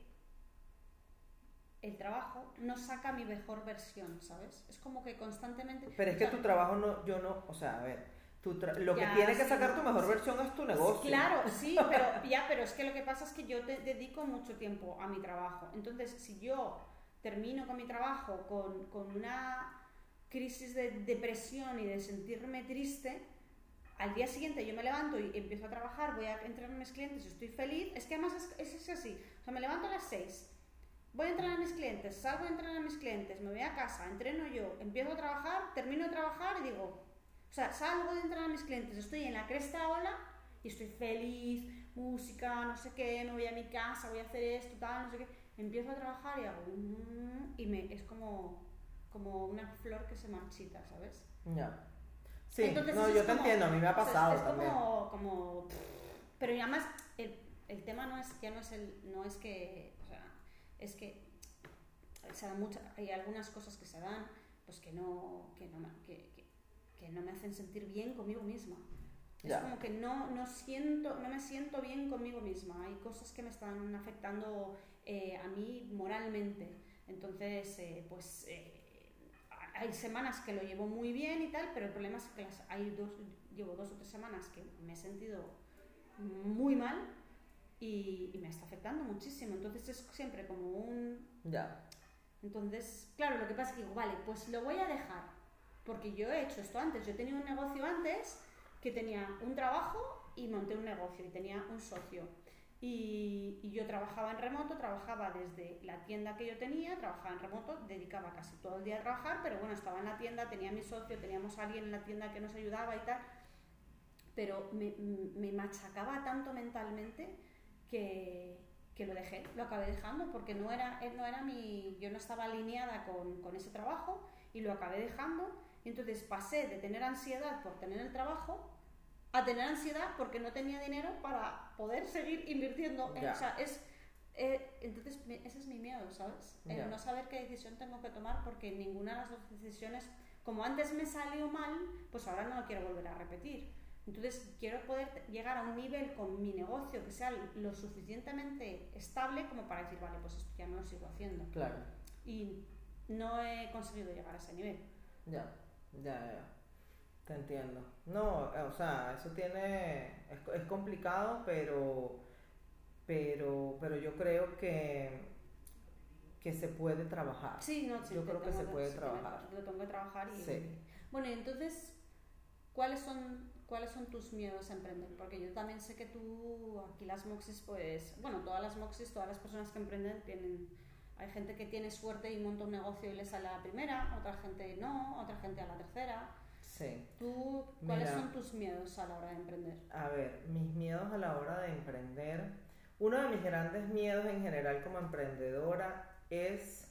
el trabajo no saca mi mejor versión, ¿sabes? Es como que constantemente... Pero es o que sea, tu trabajo no, yo no, o sea, a ver, tu tra- lo ya, que tiene que sí, sacar tu mejor sí. versión es tu negocio. Claro, sí, pero ya, pero es que lo que pasa es que yo te dedico mucho tiempo a mi trabajo. Entonces, si yo termino con mi trabajo con, con una crisis de depresión y de sentirme triste, al día siguiente yo me levanto y empiezo a trabajar, voy a entrar a mis clientes y estoy feliz. Es que además es, es así. O sea, me levanto a las seis, voy a entrar a mis clientes, salgo a entrenar a mis clientes, me voy a casa, entreno yo, empiezo a trabajar, termino de trabajar y digo, o sea, salgo de entrenar a mis clientes, estoy en la cresta ola y estoy feliz, música, no sé qué, me voy a mi casa, voy a hacer esto, tal, no sé qué. Empiezo a trabajar y hago un... y me, es como, como una flor que se marchita, ¿sabes? Ya. Sí, Entonces, no, eso yo es te como- entiendo, a mí me ha o sea, pasado es, es también. como, como... Pero y además, el, el tema no es, ya no es el, no es que, o sea, es que se dan muchas, hay algunas cosas que se dan, pues que no, que no, me, que, que, que no me hacen sentir bien conmigo misma. Es Ya. como que no, no siento, no me siento bien conmigo misma. Hay cosas que me están afectando eh, a mí moralmente. Entonces, eh, pues eh, hay semanas que lo llevo muy bien y tal, pero el problema es que las, hay dos, llevo dos o tres semanas que me he sentido muy mal y, y me está afectando muchísimo. Entonces es siempre como un... Ya. Entonces, claro, lo que pasa es que digo, vale, pues lo voy a dejar, porque yo he hecho esto antes. Yo tenía un negocio antes que tenía un trabajo y monté un negocio y tenía un socio. Y, y yo trabajaba en remoto, trabajaba desde la tienda que yo tenía, trabajaba en remoto, dedicaba casi todo el día a trabajar, pero bueno, estaba en la tienda, tenía mi socio, teníamos a alguien en la tienda que nos ayudaba y tal, pero me, me machacaba tanto mentalmente que, que lo dejé, lo acabé dejando, porque no era, no era mi, yo no estaba alineada con, con ese trabajo y lo acabé dejando. Y entonces pasé de tener ansiedad por tener el trabajo a tener ansiedad porque no tenía dinero para poder seguir invirtiendo. En, o sea, es, eh, entonces me, ese es mi miedo, ¿sabes? El Ya. no saber qué decisión tengo que tomar, porque ninguna de las dos decisiones, como antes me salió mal, pues ahora no lo quiero volver a repetir. Entonces quiero poder llegar a un nivel con mi negocio que sea lo suficientemente estable como para decir, vale, pues esto ya no lo sigo haciendo. Claro. Y no he conseguido llegar a ese nivel. Ya, ya, ya. Te entiendo. No, o sea, eso tiene, es, es complicado, pero, pero, pero yo creo que, que se puede trabajar. Sí, no, sí, yo creo que se puede sí, trabajar. Lo tengo que trabajar y... Sí. Bueno, y entonces, ¿cuáles son, ¿cuáles son tus miedos a emprender? Porque yo también sé que tú, aquí las Moxis, pues, bueno, todas las Moxis, todas las personas que emprenden tienen... Hay gente que tiene suerte y monta un negocio y le sale a la primera, otra gente no, otra gente a la tercera. Sí. ¿Tú, ¿Cuáles Mira, son tus miedos a la hora de emprender? A ver, mis miedos a la hora de emprender. Uno de mis grandes miedos en general como emprendedora es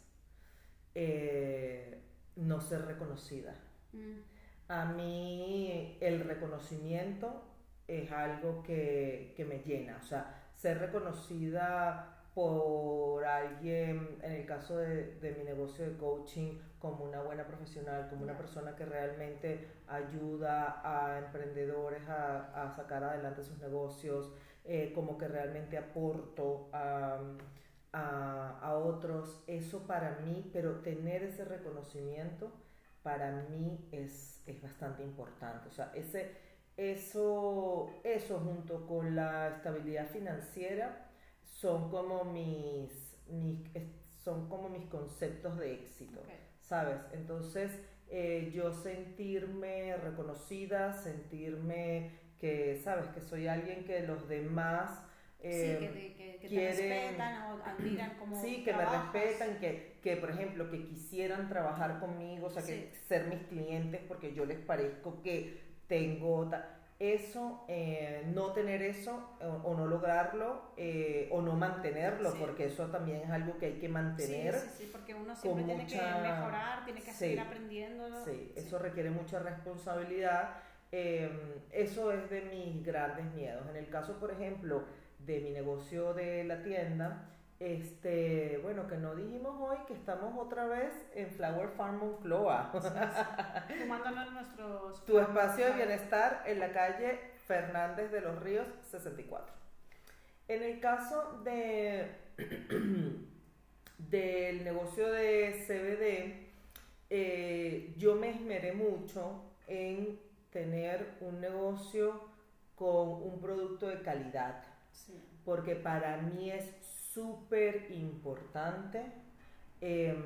eh, no ser reconocida. Mm. A mí el reconocimiento es algo que, que me llena. O sea, ser reconocida por alguien, en el caso de, de mi negocio de coaching, como una buena profesional, como una persona que realmente ayuda a emprendedores a, a sacar adelante sus negocios, eh, como que realmente aporto a, a, a otros, eso para mí, pero tener ese reconocimiento para mí es, es bastante importante. O sea, ese, eso, eso junto con la estabilidad financiera son como mis, mis, son como mis conceptos de éxito, okay. ¿Sabes? Entonces, eh, yo sentirme reconocida, sentirme que, ¿sabes? Que soy alguien que los demás eh, sí, que te, que, que quieren, te respetan o admiran como sí, que trabajas. Me respetan, que, que, por ejemplo, que quisieran trabajar conmigo, o sea, que sí. Ser mis clientes porque yo les parezco que tengo... Eso, eh, no tener eso o, o no lograrlo eh, o no mantenerlo, sí. Porque eso también es algo que hay que mantener. Sí, sí, sí, porque uno siempre tiene mucha... que mejorar, tiene que sí, seguir aprendiendo. Sí, sí, eso requiere mucha responsabilidad. Eh, eso es de mis grandes miedos. En el caso, por ejemplo, de mi negocio de la tienda, este, bueno, que no dijimos hoy que estamos otra vez en Flower Farm Moncloa. Sí, sí. Fumándonos nuestros... Tu espacio de bienestar en la calle Fernández de los Ríos sesenta y cuatro. En el caso de del negocio de C B D, eh, yo me esmeré mucho en tener un negocio con un producto de calidad. Sí. Porque para mí es súper importante eh,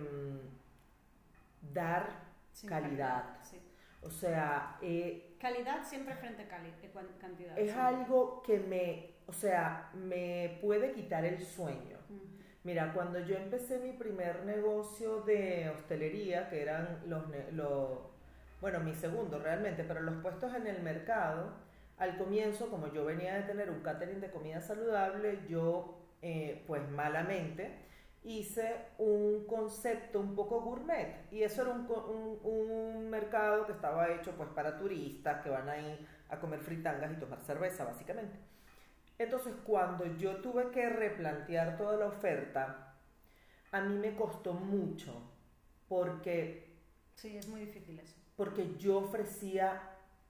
dar sí, calidad. calidad sí. O sea... Eh, calidad siempre frente a cali cantidad. Es sí. algo que me, o sea, me puede quitar el sueño. Uh-huh. Mira, cuando yo empecé mi primer negocio de hostelería, que eran los, los... Bueno, mi segundo realmente, pero los puestos en el mercado, al comienzo, como yo venía de tener un catering de comida saludable, yo... Eh, pues malamente hice un concepto un poco gourmet y eso era un, un, un mercado que estaba hecho pues para turistas que van ahí a comer fritangas y tomar cerveza básicamente. Entonces cuando yo tuve que replantear toda la oferta, a mí me costó mucho porque sí, es muy difícil eso, porque yo ofrecía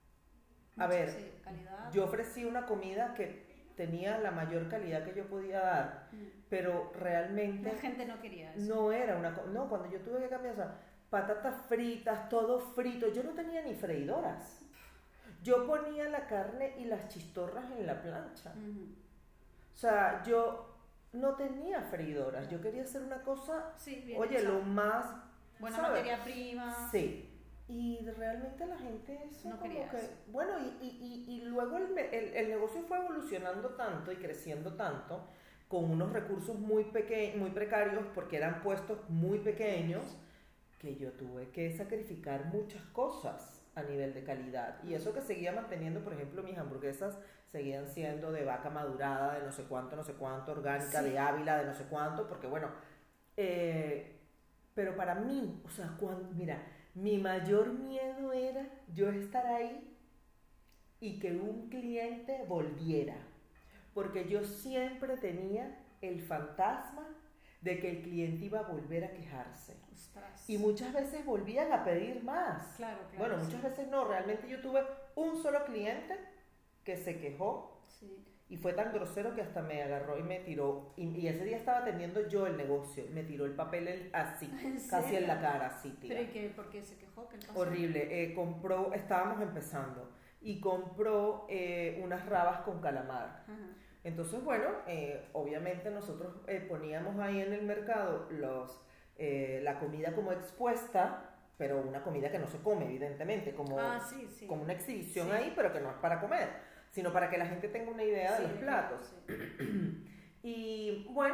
a ver, sí, calidad. Yo ofrecía una comida que tenía la mayor calidad que yo podía dar, mm. pero realmente... La gente no quería eso. No era una... No, cuando yo tuve que cambiar, o sea, patatas fritas, todo frito, yo no tenía ni freidoras. Yo ponía la carne y las chistorras en la plancha. Mm. O sea, yo no tenía freidoras, yo quería hacer una cosa, sí, bien oye, hecha. Lo más... Buena ¿sabes? Materia prima. Sí. Y realmente la gente eso no como quería que... eso. Bueno, y, y, y, y luego el, el, el negocio fue evolucionando tanto y creciendo tanto con unos recursos muy, peque muy precarios porque eran puestos muy pequeños que yo tuve que sacrificar muchas cosas a nivel de calidad. Y eso que seguía manteniendo, por ejemplo, mis hamburguesas seguían siendo de vaca madurada, de no sé cuánto, no sé cuánto, orgánica, sí. De Ávila, de no sé cuánto, porque bueno... Eh, pero para mí, o sea, cuando, mira... Mi mayor miedo era yo estar ahí y que un cliente volviera, porque yo siempre tenía el fantasma de que el cliente iba a volver a quejarse. Ostras. Y muchas veces volvían a pedir más. Claro, claro. Bueno, muchas sí. veces no, realmente yo tuve un solo cliente que se quejó. Sí. Y fue tan grosero que hasta me agarró y me tiró. Y, y ese día estaba atendiendo yo el negocio. Me tiró el papel el, así, ¿En casi serio? en la cara, así, tía. ¿Pero y qué? ¿Por qué se quejó? ¿Qué pasó? Horrible. Eh, compró, estábamos empezando. Y compró eh, unas rabas con calamar. Ajá. Entonces, bueno, eh, obviamente nosotros eh, poníamos ahí en el mercado los, eh, la comida como expuesta, pero una comida que no se come, evidentemente, como, ah, sí, sí. como una exhibición sí. ahí, pero que no es para comer, sino para que la gente tenga una idea sí, de los platos. Sí. Y bueno,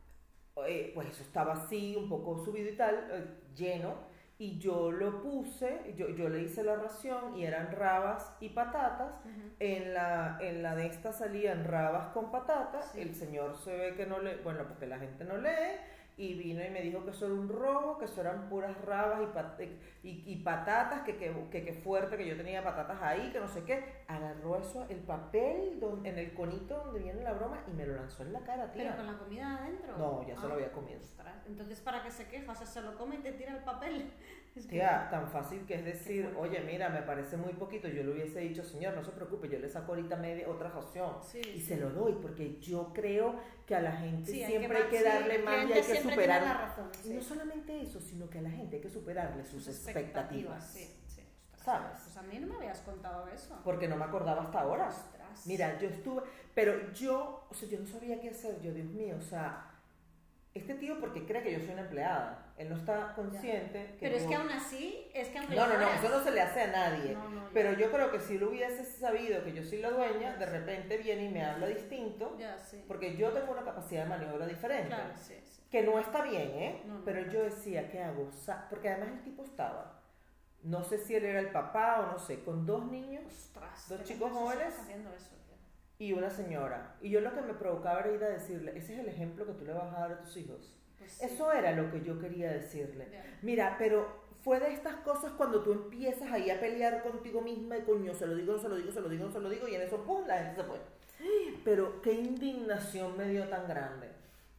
eh, pues eso estaba así, un poco subido y tal, eh, lleno, y yo lo puse, yo, yo le hice la ración y eran rabas y patatas. Uh-huh. en, la, en la de esta salían rabas con patatas, sí. El señor se ve que no lee, bueno, porque la gente no lee, y vino y me dijo que eso era un robo, que eso eran puras rabas y, pat y, y patatas, que qué que, que fuerte que yo tenía patatas ahí, que no sé qué. Agarró eso, el papel donde, en el conito donde viene la broma y me lo lanzó en la cara, tía. ¿Pero con la comida adentro? No, ya ah, se lo había comido. Ostras. Entonces, ¿para qué se queja? O sea, se lo come y te tira el papel. Es que... Tía, tan fácil que es decir, oye, mira, me parece muy poquito. Yo le hubiese dicho, señor, no se preocupe, yo le saco ahorita media, otra ración. Sí, y sí. se lo doy, porque yo creo que a la gente sí, siempre hay que, hay que darle sí, más y hay que superar. La razón, sí. Y no solamente eso, sino que a la gente hay que superarle sus, sus expectativas. expectativas. Sí, sí. ¿Sabes? Pues a mí no me habías contado eso. Porque no me acordaba hasta ahora. Ostras. Mira, yo estuve, pero yo, o sea, yo no sabía qué hacer, yo, Dios mío, o sea, este tío porque cree que yo soy una empleada. Él no está consciente. Que pero yo... es que aún así, es que aunque No, no, no, eso no se le hace a nadie. No, no, pero yo creo que si lo hubiese sabido que yo soy la dueña, de repente viene y me habla distinto. Ya, sí. Porque yo tengo una capacidad de maniobra diferente. Claro, sí, sí. Que no está bien, ¿eh? No, no, pero yo decía, ¿qué hago? Porque además el tipo estaba, no sé si él era el papá o no sé, con dos niños, Ostras, dos chicos jóvenes haciendo eso, y una señora. Y yo lo que me provocaba era ir a decirle, ese es el ejemplo que tú le vas a dar a tus hijos. Pues sí. Eso era lo que yo quería decirle. Yeah. Mira, pero fue de estas cosas cuando tú empiezas ahí a pelear contigo misma y coño, se lo digo, no se lo digo, se lo digo, no se lo digo, y en eso, pum, la gente se fue. Pero qué indignación me dio tan grande.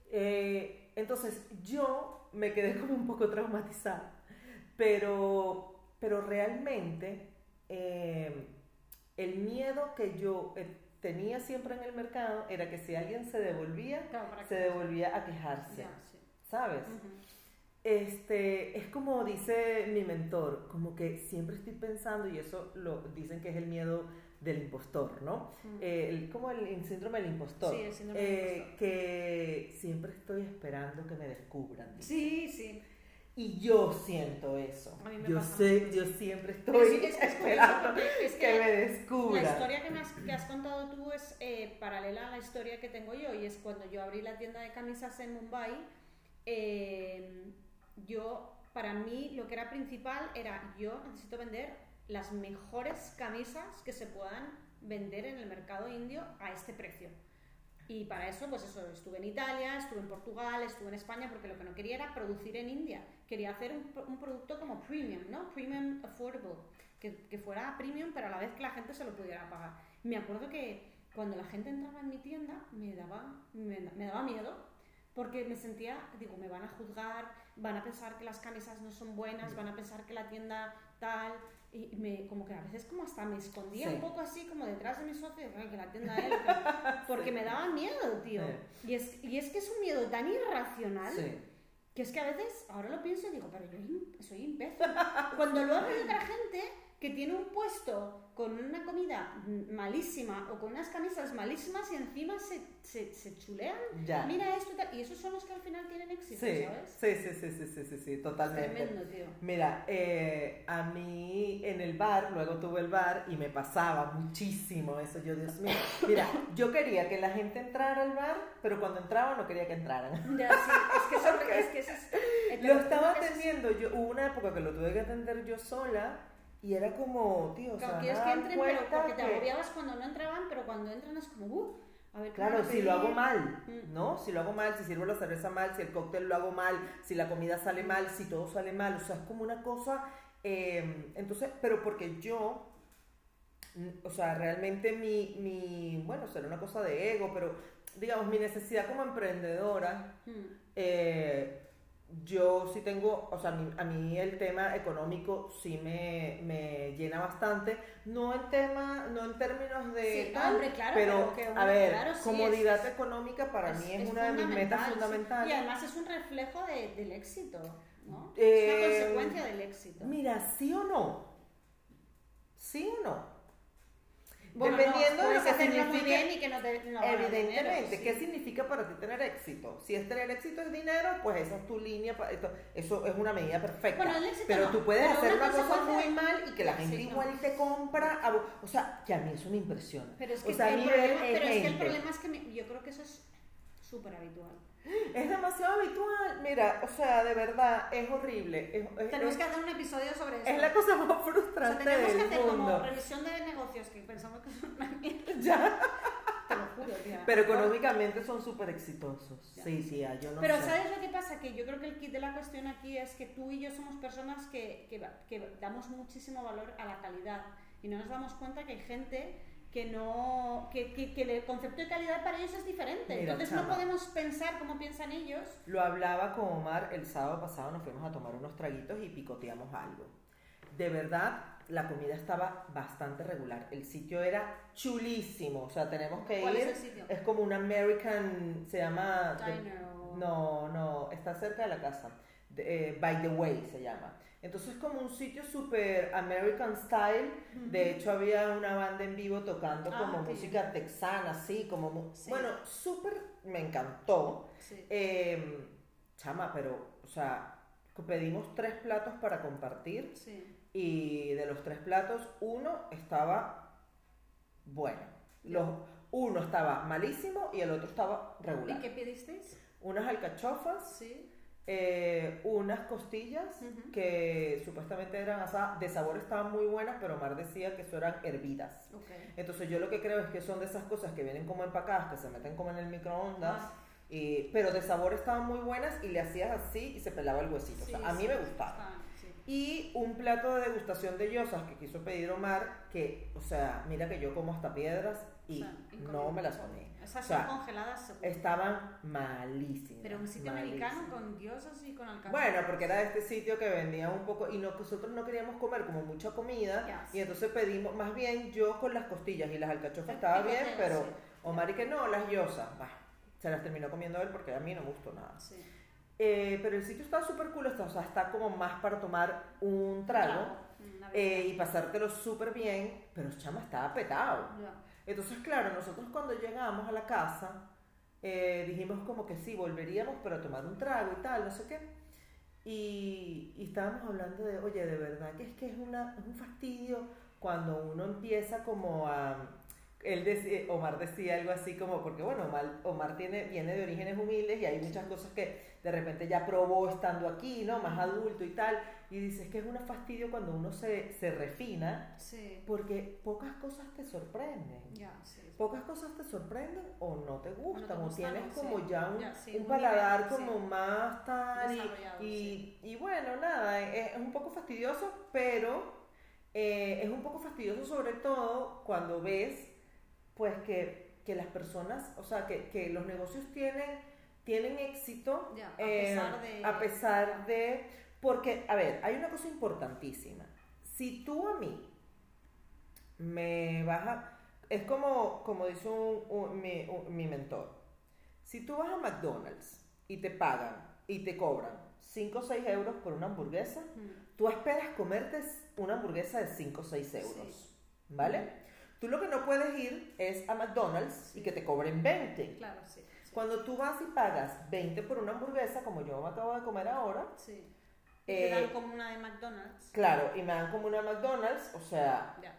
Eh, entonces yo me quedé como un poco traumatizada, pero, pero realmente eh, el miedo que yo eh, tenía siempre en el mercado era que si alguien se devolvía, claro, se devolvía a quejarse, yeah, sí. ¿sabes? Uh-huh. Este, es como dice mi mentor, como que siempre estoy pensando, y eso lo dicen que es el miedo del impostor, ¿no? Mm. Eh, el, como el, el síndrome del impostor. Sí, el síndrome eh, del impostor. Que siempre estoy esperando que me descubran. ¿Dice? Sí, sí. Y yo siento eso. A mí me yo pasa sé, mucho. yo siempre estoy es, es, esperando es que, que me descubran. La historia que, me has, que has contado tú es eh, paralela a la historia que tengo yo, y es cuando yo abrí la tienda de camisas en Mumbai. Eh, yo, para mí, lo que era principal era, yo necesito vender las mejores camisas que se puedan vender en el mercado indio a este precio. Y para eso, pues eso, estuve en Italia, estuve en Portugal, estuve en España, porque lo que no quería era producir en India. Quería hacer un, un producto como premium, ¿no? Premium affordable, que, que fuera premium, pero a la vez que la gente se lo pudiera pagar. Me acuerdo que cuando la gente entraba en mi tienda, me daba, me, me daba miedo, porque me sentía, digo, me van a juzgar, van a pensar que las camisas no son buenas, van a pensar que la tienda tal, y me, como que a veces como hasta me escondía sí. un poco así, como detrás de mi socio, que la tienda él, porque sí. me daba miedo, tío. Sí. Y, es, y es que es un miedo tan irracional, sí. que es que a veces, ahora lo pienso y digo, pero yo soy imbécil. Cuando lo hace otra gente que tiene un puesto con una comida malísima o con unas camisas malísimas y encima se, se, se chulean, ya. Mira esto y tal, y esos son los que al final tienen éxito, sí. ¿sabes? Sí, sí, sí, sí, sí, sí, sí, totalmente. Es tremendo, tío. Mira, eh, a mí en el bar, luego tuve el bar y me pasaba muchísimo eso, yo, Dios mío. Mira, yo quería que la gente entrara al bar, pero cuando entraba no quería que entraran. Ya, sí, es que eso, es que eso es... es lo estaba atendiendo, yo, hubo una época que lo tuve que atender yo sola. Y era como, tío, claro, o sea, quieres que entren, pero porque te que... agobiabas cuando no entraban, pero cuando entran es como, uh, a ver, claro, si lo hago mal, mm. ¿no? Si lo hago mal, si sirvo la cerveza mal, si el cóctel lo hago mal, si la comida sale mal, si todo sale mal, o sea, es como una cosa, eh, entonces, pero porque yo, o sea, realmente mi, mi, bueno, será una cosa de ego, pero digamos, mi necesidad como emprendedora, mm. eh, yo sí tengo, o sea, a mí, a mí el tema económico sí me, me llena bastante, no en tema, no en términos de sí, tal, hombre, claro, pero, pero a ver, claro, sí, comodidad es, económica para es, mí es, es una de mis metas fundamentales. Y además es un reflejo de, del éxito, ¿no? Eh, es una consecuencia del éxito. Mira, sí o no, sí o no. Bueno, dependiendo no, de lo que significa, muy bien y que no te, no evidentemente, dinero, sí. ¿qué significa para ti tener éxito? Si es tener éxito es dinero, pues esa es tu línea, esto, eso es una medida perfecta. Bueno, el éxito pero no, tú puedes pero hacer una una cosa consecuencia... muy mal y que la gente sí, igual no. te compra, a, o sea, que a mí eso me impresiona. Pero es que, o sea, el, a problema, nivel pero es que el gente. problema es que me, yo creo que eso es súper habitual. Es demasiado habitual, mira, o sea, de verdad, es horrible. Es, es, tenemos es, que hacer un episodio sobre eso. Es la cosa más frustrante o sea, tenemos del que hacer mundo. como revisión de negocios, que pensamos que es una mierda. Ya. Te lo juro, tía. Pero económicamente son súper exitosos. Ya. Sí, tía, yo no Pero sé. ¿sabes lo que pasa? Que yo creo que el kit de la cuestión aquí es que tú y yo somos personas que, que, que damos muchísimo valor a la calidad y no nos damos cuenta que hay gente que no que, que, que el concepto de calidad para ellos es diferente. Mira, entonces chama, no podemos pensar como piensan ellos. Lo hablaba con Omar el sábado pasado, nos fuimos a tomar unos traguitos y picoteamos algo. De verdad, la comida estaba bastante regular. El sitio era chulísimo. O sea, tenemos que ¿Cuál ir. Es el sitio? Es como un American, se llama... Diner o... No, no, está cerca de la casa. De, eh, By the Way se llama. Entonces es como un sitio súper American style. Uh-huh. De hecho había una banda en vivo tocando ah, como okay. música texana, así como... Sí. Bueno, súper, me encantó. Sí. Eh, chama, pero, o sea, pedimos tres platos para compartir. Sí. Y de los tres platos, uno estaba bueno. Los, uno estaba malísimo y el otro estaba regular. ¿Y qué pedisteis? Unas alcachofas. Sí. Eh, unas costillas uh-huh. que supuestamente eran asadas, de sabor estaban muy buenas, pero Omar decía que eso eran hervidas. Okay. Entonces yo lo que creo es que son de esas cosas que vienen como empacadas, que se meten como en el microondas, ah. y, pero de sabor estaban muy buenas y le hacías así y se pelaba el huesito. Sí, o sea, a mí sí, me gustaba. Está, sí. Y un plato de degustación de yosas que quiso pedir Omar, que, o sea, mira que yo como hasta piedras y o sea, no me las comí. Esas o sea, son congeladas seguro. Estaban malísimas. Pero un sitio malísimas. americano con diosas y con alcachofas. Bueno, porque era este sitio que vendía un poco y no, nosotros no queríamos comer como mucha comida yes. y entonces pedimos, más bien yo con las costillas y las alcachofas estaba bien, pero sí. Omar y que no, las yosas, bah, se las terminó comiendo él porque a mí no me gustó nada. Sí. Eh, pero el sitio está súper cool, está, o sea, está como más para tomar un trago claro. eh, y pasártelo súper bien, pero chama, estaba petado. Yeah. Entonces, claro, nosotros cuando llegamos a la casa eh, dijimos como que sí, volveríamos pero a tomar un trago y tal, no sé qué. Y, y estábamos hablando de, oye, de verdad que es que es, una, es un fastidio cuando uno empieza como a... Él decía, Omar decía algo así como, porque bueno, Omar, Omar tiene, viene de orígenes humildes y hay muchas cosas que de repente ya probó estando aquí, ¿no? Más adulto y tal. Y dices que es un fastidio cuando uno se, se refina, sí. porque pocas cosas te sorprenden. Ya, sí, sí. Pocas cosas te sorprenden o no te gustan, no te o gustan, tienes sí. como ya un, ya, sí, un paladar nivel, como sí. más tal. Y, y, sí. y bueno, nada, es, es un poco fastidioso, pero eh, es un poco fastidioso sobre todo cuando ves pues que, que las personas, o sea, que, que los negocios tienen, tienen éxito ya, a, eh, pesar de, a pesar de... Porque, a ver, hay una cosa importantísima. Si tú a mí me vas a... Es como, como dice un, un, mi, un, mi mentor. Si tú vas a McDonald's y te pagan y te cobran cinco o seis euros por una hamburguesa, mm. tú esperas comerte una hamburguesa de cinco o seis euros, sí. ¿vale? Mm. Tú lo que no puedes ir es a McDonald's sí. y que te cobren veinte. Claro, sí, sí. Cuando tú vas y pagas veinte por una hamburguesa, como yo me acabo de comer ahora, sí. y eh, te dan eh, como una de McDonald's. Claro, y me dan como una McDonald's, o sea, ya.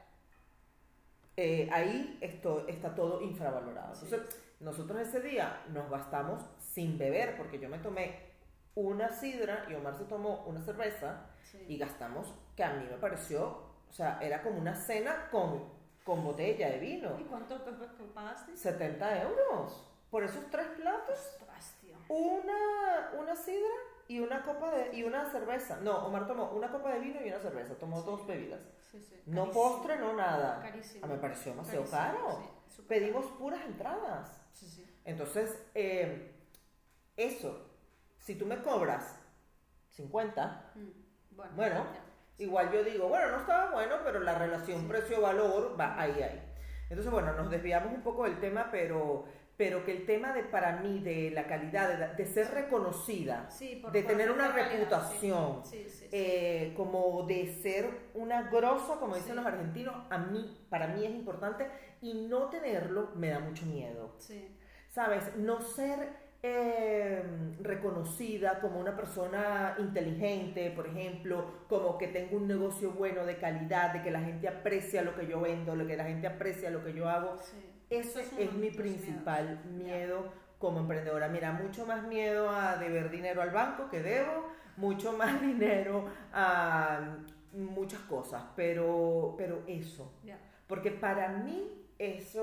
eh, ahí esto, está todo infravalorado. Sí. Entonces, nosotros ese día nos gastamos sin beber, porque yo me tomé una sidra y Omar se tomó una cerveza, sí. y gastamos, que a mí me pareció, o sea, era como una cena con... con botella de vino. ¿Y cuánto pagaste? setenta euros. Por esos tres platos. Ostras, tío. Una, una sidra y una copa de y una cerveza. No, Omar tomó una copa de vino y una cerveza. Tomó sí. dos bebidas. Sí, sí. No carísimo. Postre, no nada. Carísimo. Ah, me pareció demasiado carísimo. caro. Sí, Pedimos caro. puras entradas. Sí, sí. Entonces, eh, eso. Si tú me cobras cincuenta, mm. bueno, bueno ya. igual yo digo, bueno, no estaba bueno, pero la relación sí. precio-valor va ahí, ahí. Entonces, bueno, nos desviamos un poco del tema, pero, pero que el tema de, para mí, de la calidad, de, de ser reconocida, sí, por, de por tener una calidad, reputación, sí. Sí, sí, sí. Eh, como de ser una grosa, como dicen sí. los argentinos, a mí, para mí es importante, y no tenerlo me da mucho miedo. Sí. ¿Sabes? No ser... Eh, reconocida como una persona inteligente, por ejemplo, como que tengo un negocio bueno de calidad, de que la gente aprecia lo que yo vendo, lo que la gente aprecia lo que yo hago. Sí. Ese es, es mi principal miedos. miedo yeah. como emprendedora. Mira, mucho más miedo a deber dinero al banco que debo, mucho más dinero a muchas cosas, pero, pero eso. Yeah. Porque para mí eso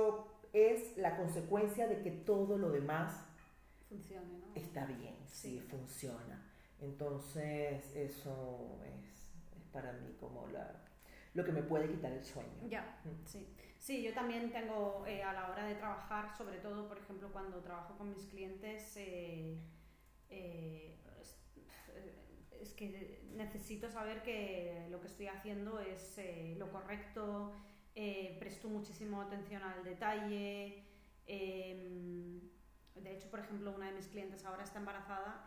es la consecuencia de que todo lo demás funcione, ¿no? Está bien, sí, sí, funciona. Entonces eso es, es para mí como la, lo que me puede quitar el sueño. Ya, mm. sí. Sí, yo también tengo eh, a la hora de trabajar, sobre todo, por ejemplo, cuando trabajo con mis clientes, eh, eh, es, es que necesito saber que lo que estoy haciendo es eh, lo correcto, eh, presto muchísimo atención al detalle. Eh, de hecho, por ejemplo, una de mis clientes ahora está embarazada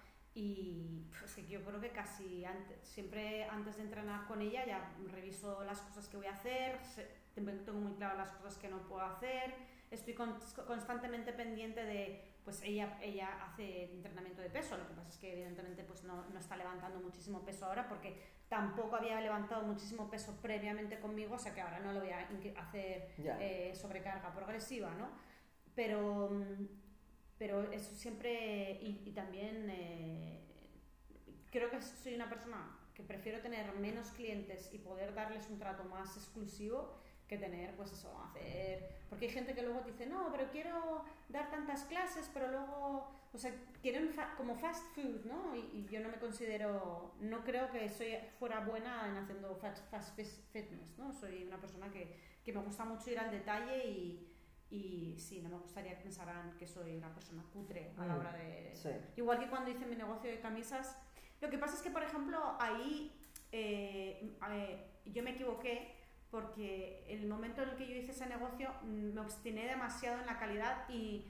y pues, yo creo que casi antes, siempre antes de entrenar con ella ya reviso las cosas que voy a hacer, tengo muy claro las cosas que no puedo hacer, estoy con, constantemente pendiente de, pues ella, ella hace entrenamiento de peso, lo que pasa es que evidentemente pues no, no está levantando muchísimo peso ahora porque tampoco había levantado muchísimo peso previamente conmigo, o sea que ahora no lo voy a hacer yeah. eh, sobrecarga progresiva, ¿no? Pero, pero eso siempre, y, y también eh, creo que soy una persona que prefiero tener menos clientes y poder darles un trato más exclusivo que tener, pues eso, hacer... Porque hay gente que luego te dice, no, pero quiero dar tantas clases, pero luego... O sea, quieren fa como fast food, ¿no? Y, y yo no me considero... No creo que soy fuera buena en haciendo fast, fast fitness, ¿no? Soy una persona que, que me gusta mucho ir al detalle y... Y sí, no me gustaría que pensaran que soy una persona cutre a la hora de... Sí. Igual que cuando hice mi negocio de camisas. Lo que pasa es que, por ejemplo, ahí eh, eh, yo me equivoqué porque el momento en el que yo hice ese negocio me obstiné demasiado en la calidad y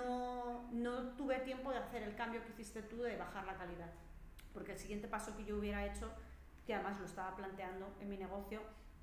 no, no tuve tiempo de hacer el cambio que hiciste tú de bajar la calidad. Porque el siguiente paso que yo hubiera hecho, que además lo estaba planteando en mi negocio,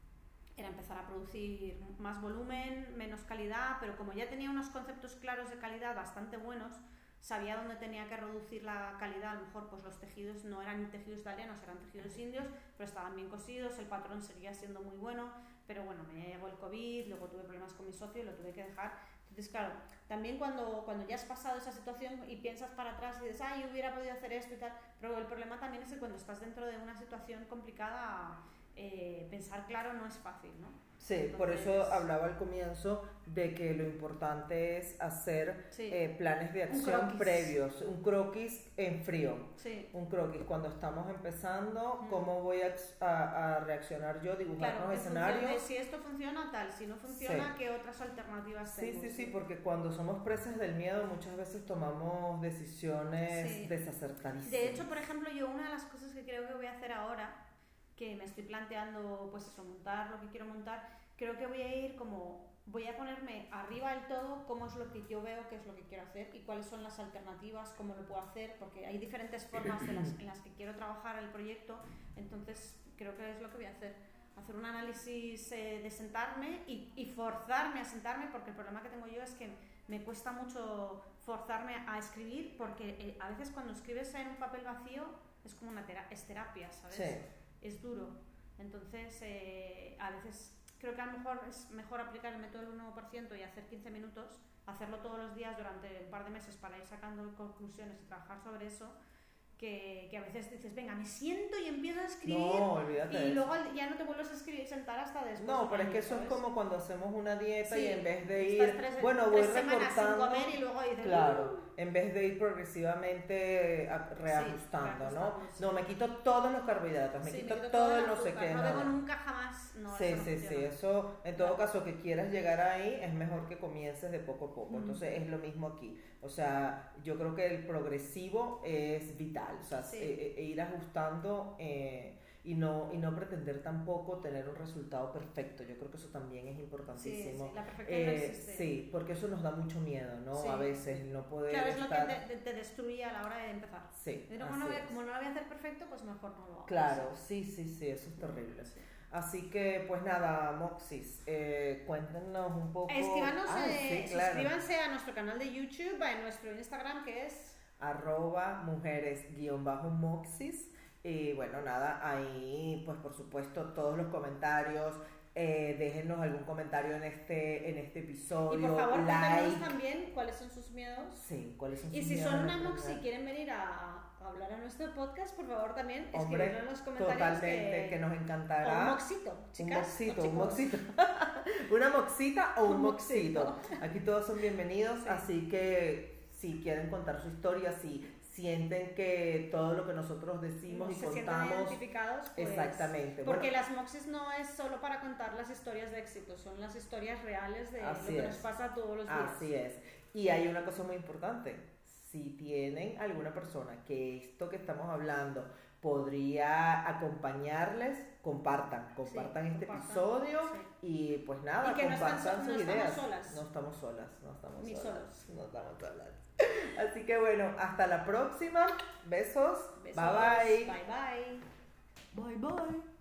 era empezar a producir más volumen, menos calidad, pero como ya tenía unos conceptos claros de calidad bastante buenos, sabía dónde tenía que reducir la calidad. A lo mejor pues los tejidos no eran tejidos italianos, eran tejidos indios, pero estaban bien cosidos, el patrón seguía siendo muy bueno, pero bueno, me llegó el COVID, luego tuve problemas con mi socio y lo tuve que dejar. Entonces, claro, también cuando, cuando ya has pasado esa situación y piensas para atrás y dices, ah, yo hubiera podido hacer esto y tal, pero el problema también es que cuando estás dentro de una situación complicada, eh, pensar claro no es fácil, ¿no? Sí, Entonces, por eso hablaba al comienzo de que lo importante es hacer sí, eh, planes de acción previos, un croquis en frío, sí. un croquis cuando estamos empezando, mm. cómo voy a, a, a reaccionar yo, dibujar claro, los escenarios. Funcione, si esto funciona tal, si no funciona, sí. ¿qué otras alternativas tengo? Sí, sí, sí, porque cuando somos presas del miedo muchas veces tomamos decisiones sí. desacertadísimas. De hecho, por ejemplo, yo una de las cosas que creo que voy a hacer ahora, que me estoy planteando, pues eso, montar lo que quiero montar, creo que voy a ir como, voy a ponerme arriba del todo cómo es lo que yo veo que es lo que quiero hacer y cuáles son las alternativas, cómo lo puedo hacer, porque hay diferentes formas de las, en las que quiero trabajar el proyecto, entonces creo que es lo que voy a hacer, hacer un análisis eh, de sentarme y, y forzarme a sentarme, porque el problema que tengo yo es que me cuesta mucho forzarme a escribir, porque eh, a veces cuando escribes en un papel vacío es como una tera es terapia, ¿sabes? Sí. Es duro, entonces eh, a veces creo que a lo mejor es mejor aplicar el método del uno por ciento y hacer quince minutos, hacerlo todos los días durante un par de meses para ir sacando conclusiones y trabajar sobre eso, que, que a veces dices, venga, me siento y empiezo a escribir, no, olvídate y de luego eso. Ya no te vuelves a escribir, sentar hasta después. No, pero es que eso ¿sabes? Es como cuando hacemos una dieta, sí, y en vez de ir, tres, bueno, tres voy recortando, sin comer y luego dices, claro, uh, en vez de ir progresivamente reajustando, sí, ¿no? Sí. No, me quito todos los carbohidratos, me sí, quito, me quito todo todo el no sé qué. No nada. debo nunca jamás, no, sí, eso no sí, funciona. sí, eso, en todo caso, que quieras llegar ahí, es mejor que comiences de poco a poco, mm. entonces es lo mismo aquí, o sea, yo creo que el progresivo es vital, o sea, sí. e, e ir ajustando eh, y, no, y no pretender tampoco tener un resultado perfecto, yo creo que eso también es importantísimo. Sí, sí, la perfección eh, no existe. Sí, porque eso nos da mucho miedo, ¿no? Sí. A veces no poder Claro, es estar... lo que te, te destruye a la hora de empezar. Sí, Pero como, no voy, como no lo voy a hacer perfecto, pues mejor no lo hago. Claro, sí, sí, sí, eso es terrible. Sí. Así que, pues nada, Moxis, eh, cuéntenos un poco... Escríbanos, ah, eh, sí, claro. suscríbanse a nuestro canal de YouTube, a nuestro Instagram, que es... arroba mujeres guión bajo Moxis. Y bueno, nada, ahí pues por supuesto todos los comentarios, eh, déjenos algún comentario en este, en este episodio. Y por favor, like. cuéntanos también cuáles son sus miedos. Sí, cuáles son sus y si miedos. son una Moxie y quieren venir a, hablar a nuestro podcast, por favor también Hombre, escribirlo en los comentarios. Totalmente, que, que nos encantará. O un moxito, chicas. Un moxito, o un moxito. Una moxita o un, un moxito. moxito. Aquí todos son bienvenidos, sí. Así que si quieren contar su historia, si sienten que todo lo que nosotros decimos no y se contamos, sienten identificados, pues, exactamente, porque bueno, las moxis no es solo para contar las historias de éxito, son las historias reales de lo que es. nos pasa todos los días. Así es. Y hay una cosa muy importante: si tienen alguna persona que esto que estamos hablando podría acompañarles, compartan, compartan sí, este compartan, episodio sí. Y pues nada, y que compartan no están, sus no ideas. Estamos solas. No estamos solas, no estamos Ni solas, solos. no estamos solas. Así que bueno, hasta la próxima. Besos. Besos. Bye bye. Bye bye. Bye bye.